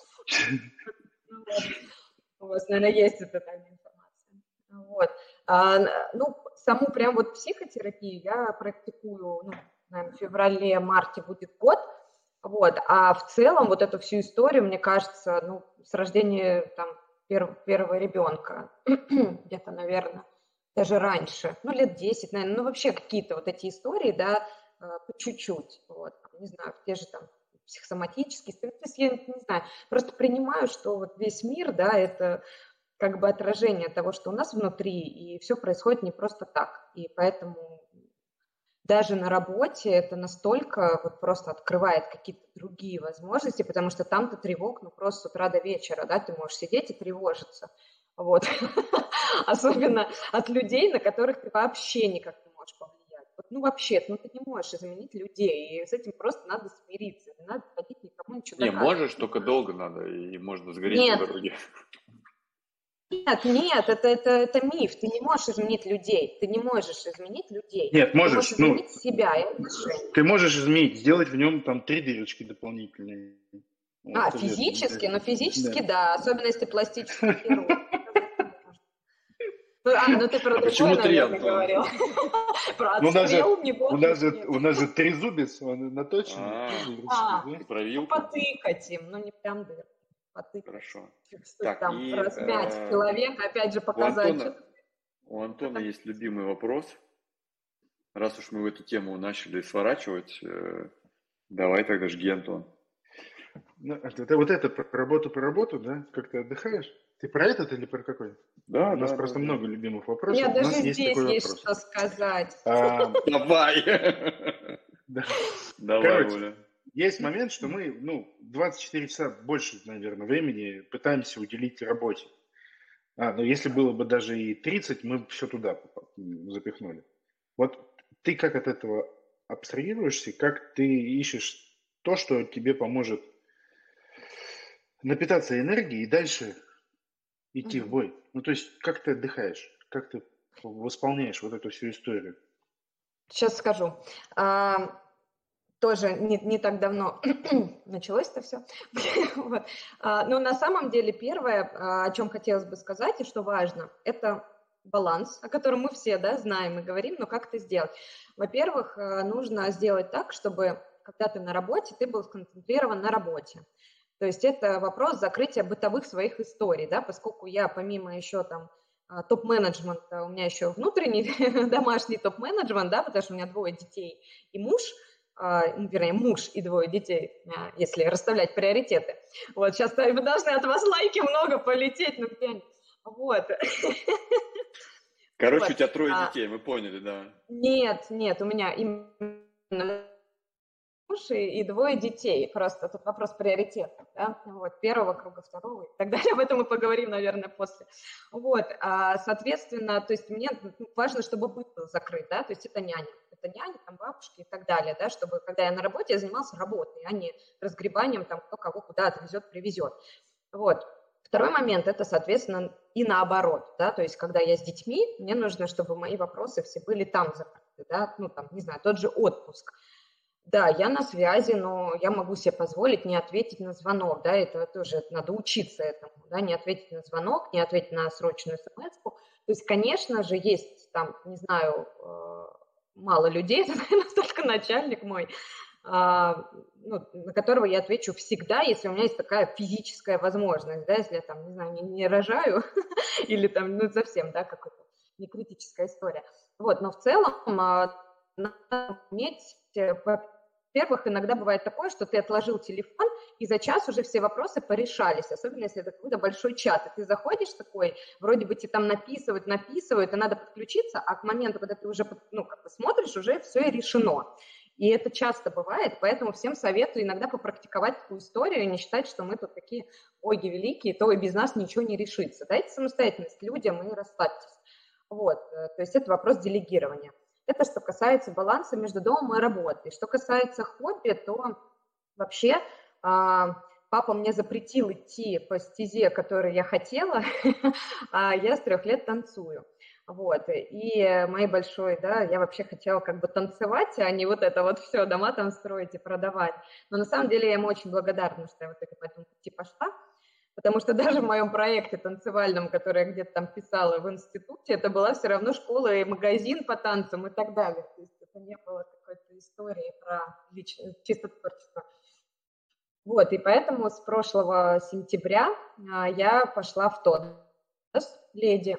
S3: У вас, наверное, есть эта тайная информация. Вот. А, ну, саму прям вот психотерапию я практикую, ну, наверное, в феврале-марте будет год, вот, а в целом вот эту всю историю, мне кажется, ну, с рождения там перв, первого ребенка, где-то, наверное, даже раньше, ну, лет десять, наверное, ну, вообще какие-то вот эти истории, да, по чуть-чуть, вот, не знаю, те же там психосоматические, то есть я не знаю, просто принимаю, что вот весь мир, да, это как бы отражение того, что у нас внутри, и все происходит не просто так. И поэтому даже на работе это настолько вот просто открывает какие-то другие возможности, потому что там-то тревог, ну, просто с утра до вечера, да, ты можешь сидеть и тревожиться. Вот. Особенно от людей, на которых ты вообще никак не можешь повлиять. Вот, ну, вообще, ну, ты не можешь изменить людей, и с этим просто надо смириться, не надо ходить никому ничего
S2: Не,
S3: доказывать.
S2: можешь, только долго надо, и можно сгореть
S3: Нет.
S2: по дороге.
S3: Нет, нет, это, это, это миф. Ты не можешь изменить людей. Ты не можешь изменить людей.
S4: Нет, можешь,
S3: ты можешь
S4: ну,
S3: изменить себя и отношения.
S4: Ты можешь изменить, сделать в нем там три дырочки дополнительные. Вот,
S3: А,
S4: это
S3: физически?
S4: же,
S3: Ну, физически,
S4: да.
S3: да. Особенно, если пластический хирург. А, ну ты про
S2: А почему
S3: другой,
S2: три,
S3: наверное,
S2: Антон?
S3: говорил. Про
S4: Ну, у нас же,
S3: отстрел не
S4: у нас же, у нас же трезубец, он наточенный.
S2: А,
S4: тоже ручки,
S3: А,
S2: Ты
S4: да?
S2: про
S3: ну,
S2: вилку?
S3: потыкать им, ну, не прям дыр. Потыкать.
S2: Хорошо.
S3: Чуть-чуть
S2: Так,
S3: там
S2: и,
S3: размять
S2: э,
S3: человека, опять же,
S2: У
S3: показать.
S2: Антона, у Антона есть любимый вопрос. Раз уж мы в эту тему начали сворачивать, э, давай тогда жги, Антон.
S4: Ну, это, вот это про работу, про работу, да? Как ты отдыхаешь? Ты про этот или про какой?
S2: Да,
S4: У нас
S2: да,
S4: просто
S2: да,
S4: много
S2: да.
S4: любимых
S3: У
S4: вопросов.
S3: меня
S4: У нас
S3: даже
S4: есть
S3: здесь
S4: такой
S3: есть
S4: вопрос.
S3: что сказать.
S4: А,
S2: Давай.
S4: да.
S2: Давай,
S4: Короче,
S2: Оля.
S4: есть момент, что мы, ну, двадцать четыре часа больше, наверное, времени пытаемся уделить работе. А, ну если было бы даже и тридцать, мы бы все туда запихнули. Вот ты как от этого абстрагируешься, как ты ищешь то, что тебе поможет напитаться энергией и дальше идти в бой? Ну, то есть, как ты отдыхаешь, как ты восполняешь вот эту всю историю?
S3: Сейчас скажу. А, тоже не, не так давно началось это все. Вот. А, но на самом деле первое, о чем хотелось бы сказать и что важно, это баланс, о котором мы все, да, знаем и говорим, но как это сделать? Во-первых, нужно сделать так, чтобы когда ты на работе, ты был сконцентрирован на работе. То есть это вопрос закрытия бытовых своих историй, да, поскольку я помимо еще там топ-менеджмента, у меня еще внутренний домашний топ-менеджмент, да, потому что у меня двое детей и муж, вернее, муж и двое детей, если расставлять приоритеты. Вот, сейчас вы должны от вас лайки много полететь, ну где они? Вот.
S2: Короче,
S3: вот.
S2: у тебя трое
S3: а,
S2: детей, мы поняли, да.
S3: Нет, нет, у меня именно муж и, и двое детей. Просто тут вопрос приоритетов, да, вот, первого круга, второго и так далее. Об этом мы поговорим, наверное, после. Вот, а, соответственно, то есть мне важно, чтобы быт был закрыт, да, то есть это няня, это няня, там, бабушки и так далее, да, чтобы, когда я на работе, я занималась работой, а не разгребанием, там, кто кого куда отвезет, привезет. Вот. Второй момент – это, соответственно, и наоборот, да, то есть когда я с детьми, мне нужно, чтобы мои вопросы все были там закрыты, да, ну, там, не знаю, тот же отпуск. Да, я на связи, но я могу себе позволить не ответить на звонок, да, это тоже надо учиться этому, да, не ответить на звонок, не ответить на срочную смс-ку. То есть, конечно же, есть там, не знаю, мало людей, это, наверное, только начальник мой, а, ну, на которого я отвечу всегда, если у меня есть такая физическая возможность, да, если я там, не знаю, не, не рожаю или там, ну, совсем, да, какая-то не критическая история. Вот, но в целом а, надо уметь, во-первых, иногда бывает такое, что ты отложил телефон, и за час уже все вопросы порешались, особенно если это какой-то большой чат, и ты заходишь такой, вроде бы тебе там написывают, написывают, и надо подключиться, а к моменту, когда ты уже, ну, как бы смотришь, уже все и решено. И это часто бывает, поэтому всем советую иногда попрактиковать такую историю и не считать, что мы тут такие боги великие, то и без нас ничего не решится. Дайте самостоятельность людям и расслабьтесь. Вот, то есть это вопрос делегирования. Это что касается баланса между домом и работой. Что касается хобби, то вообще папа мне запретил идти по стезе, которую я хотела, а я с трех лет танцую. Вот, и моей большой, да, я вообще хотела как бы танцевать, а не вот это вот все, дома там строить и продавать. Но на самом деле я ему очень благодарна, что я вот по этому пути пошла, потому что даже в моем проекте танцевальном, который я где-то там писала в институте, это была все равно школа и магазин по танцам и так далее. То есть это не было какой-то истории про личное, чисто творчество. Вот, и поэтому с прошлого сентября я пошла в тонус леди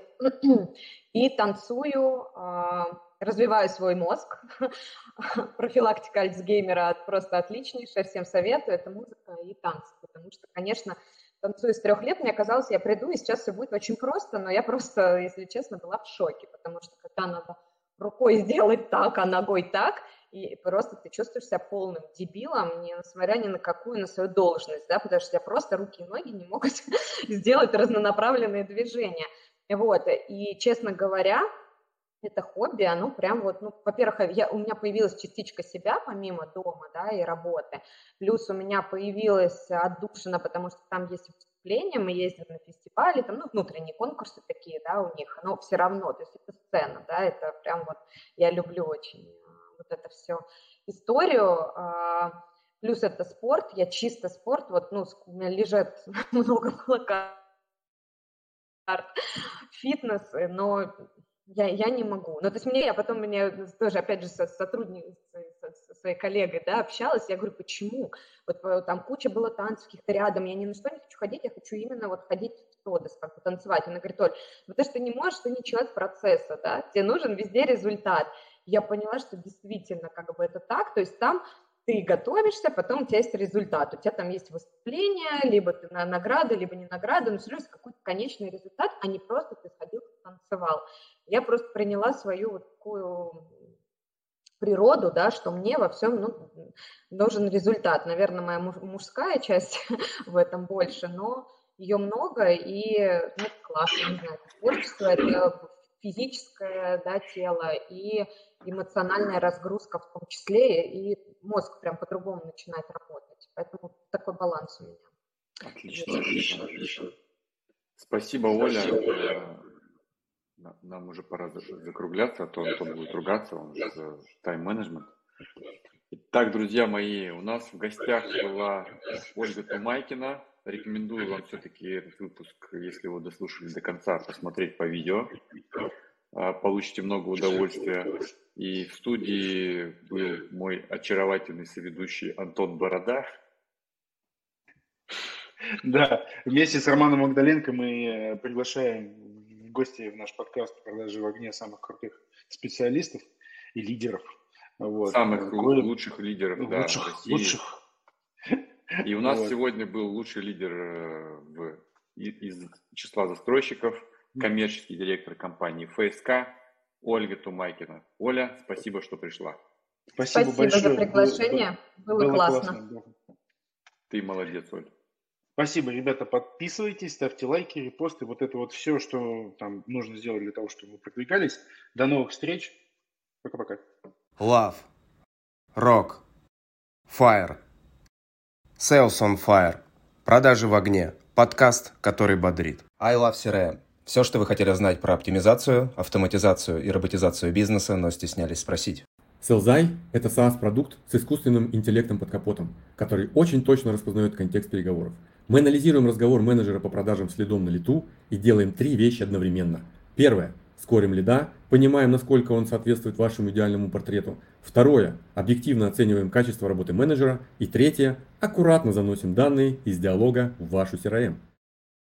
S3: и танцую, развиваю свой мозг. Профилактика Альцгеймера просто отличнейшая, всем советую, это музыка и танцы, потому что, конечно, танцую с трех лет, мне казалось, я приду, и сейчас все будет очень просто, но я просто, если честно, была в шоке, потому что когда надо рукой сделать так, а ногой так, и просто ты чувствуешь себя полным дебилом, несмотря ни на какую, на свою должность, да, потому что у тебя просто руки и ноги не могут сделать разнонаправленные движения. Вот, и, честно говоря, это хобби, оно прям вот, ну, во-первых, я, у меня появилась частичка себя помимо дома, да, и работы, плюс у меня появилась отдушина, потому что там есть выступления, мы ездим на фестивали, там, ну, внутренние конкурсы такие, да, у них, но все равно, то есть это сцена, да, это прям вот, я люблю очень вот это все историю, плюс это спорт, я чисто спорт, вот, ну, у меня лежит много плакатов, фитнес, но я, я не могу. Ну, то есть мне, я потом мне тоже, опять же, со сотрудницей, со своей коллегой, да, общалась, я говорю, почему? Вот там куча было танцев каких-то рядом, я ни на что не хочу ходить, я хочу именно вот ходить в тодос, как бы танцевать. Она говорит, Оль, ну ты что не можешь, ты не человек процесса, да, тебе нужен везде результат. Я поняла, что действительно как бы это так, то есть там ты готовишься, потом у тебя есть результат, у тебя там есть выступление, либо ты на награды, либо не награды, но все равно какой-то конечный результат, а не просто ты сходил, танцевал. Я просто приняла свою вот такую природу, да, что мне во всем, ну, нужен результат. Наверное, моя мужская часть в этом больше, но ее много, и ну, классно, не знаю, творчество – это физическое, да, тело, и эмоциональная разгрузка в том числе, и мозг прям по-другому начинает работать. Поэтому такой баланс у меня.
S2: Отлично, отлично, отлично. Спасибо, Оля. Нам уже пора закругляться, а то Антон будет ругаться, он за тайм-менеджмент. Итак, друзья мои, у нас в гостях была Ольга Тумайкина. Рекомендую вам все-таки этот выпуск, если его дослушали до конца, посмотреть по видео. Получите много удовольствия. И в студии был мой очаровательный соведущий Антон Борода.
S4: Да, вместе с Романом Магдаленко мы приглашаем в гости в наш подкаст «Продажи в огне» самых крутых специалистов и лидеров. Вот.
S2: Самых
S4: Коля...
S2: лучших лидеров, да,
S4: лучших,
S2: России.
S4: Лучших.
S2: И у нас
S4: вот.
S2: сегодня был лучший лидер в, из числа застройщиков, коммерческий директор компании эф эс ка Ольга Тумайкина. Оля, спасибо, что пришла.
S4: Спасибо,
S3: Спасибо
S4: большое.
S3: за
S4: Было-
S3: приглашение. Было,
S4: было
S3: классно.
S4: классно, да.
S2: Ты молодец, Оль.
S4: Спасибо, ребята, подписывайтесь, ставьте лайки, репосты, вот это вот все, что там нужно сделать для того, чтобы мы продвигались. До новых встреч. Пока-пока.
S1: Love. Rock. Fire. Sales on Fire. Продажи в огне. Подкаст, который бодрит. I Love си ар эм. Все, что вы хотели знать про оптимизацию, автоматизацию и роботизацию бизнеса, но стеснялись спросить.
S5: Селзай – это SaaS-продукт с искусственным интеллектом под капотом, который очень точно распознает контекст переговоров. Мы анализируем разговор менеджера по продажам следом на лету и делаем три вещи одновременно. Первое – скорим лида, понимаем, насколько он соответствует вашему идеальному портрету. Второе – объективно оцениваем качество работы менеджера. И третье – аккуратно заносим данные из диалога в вашу си ар эм.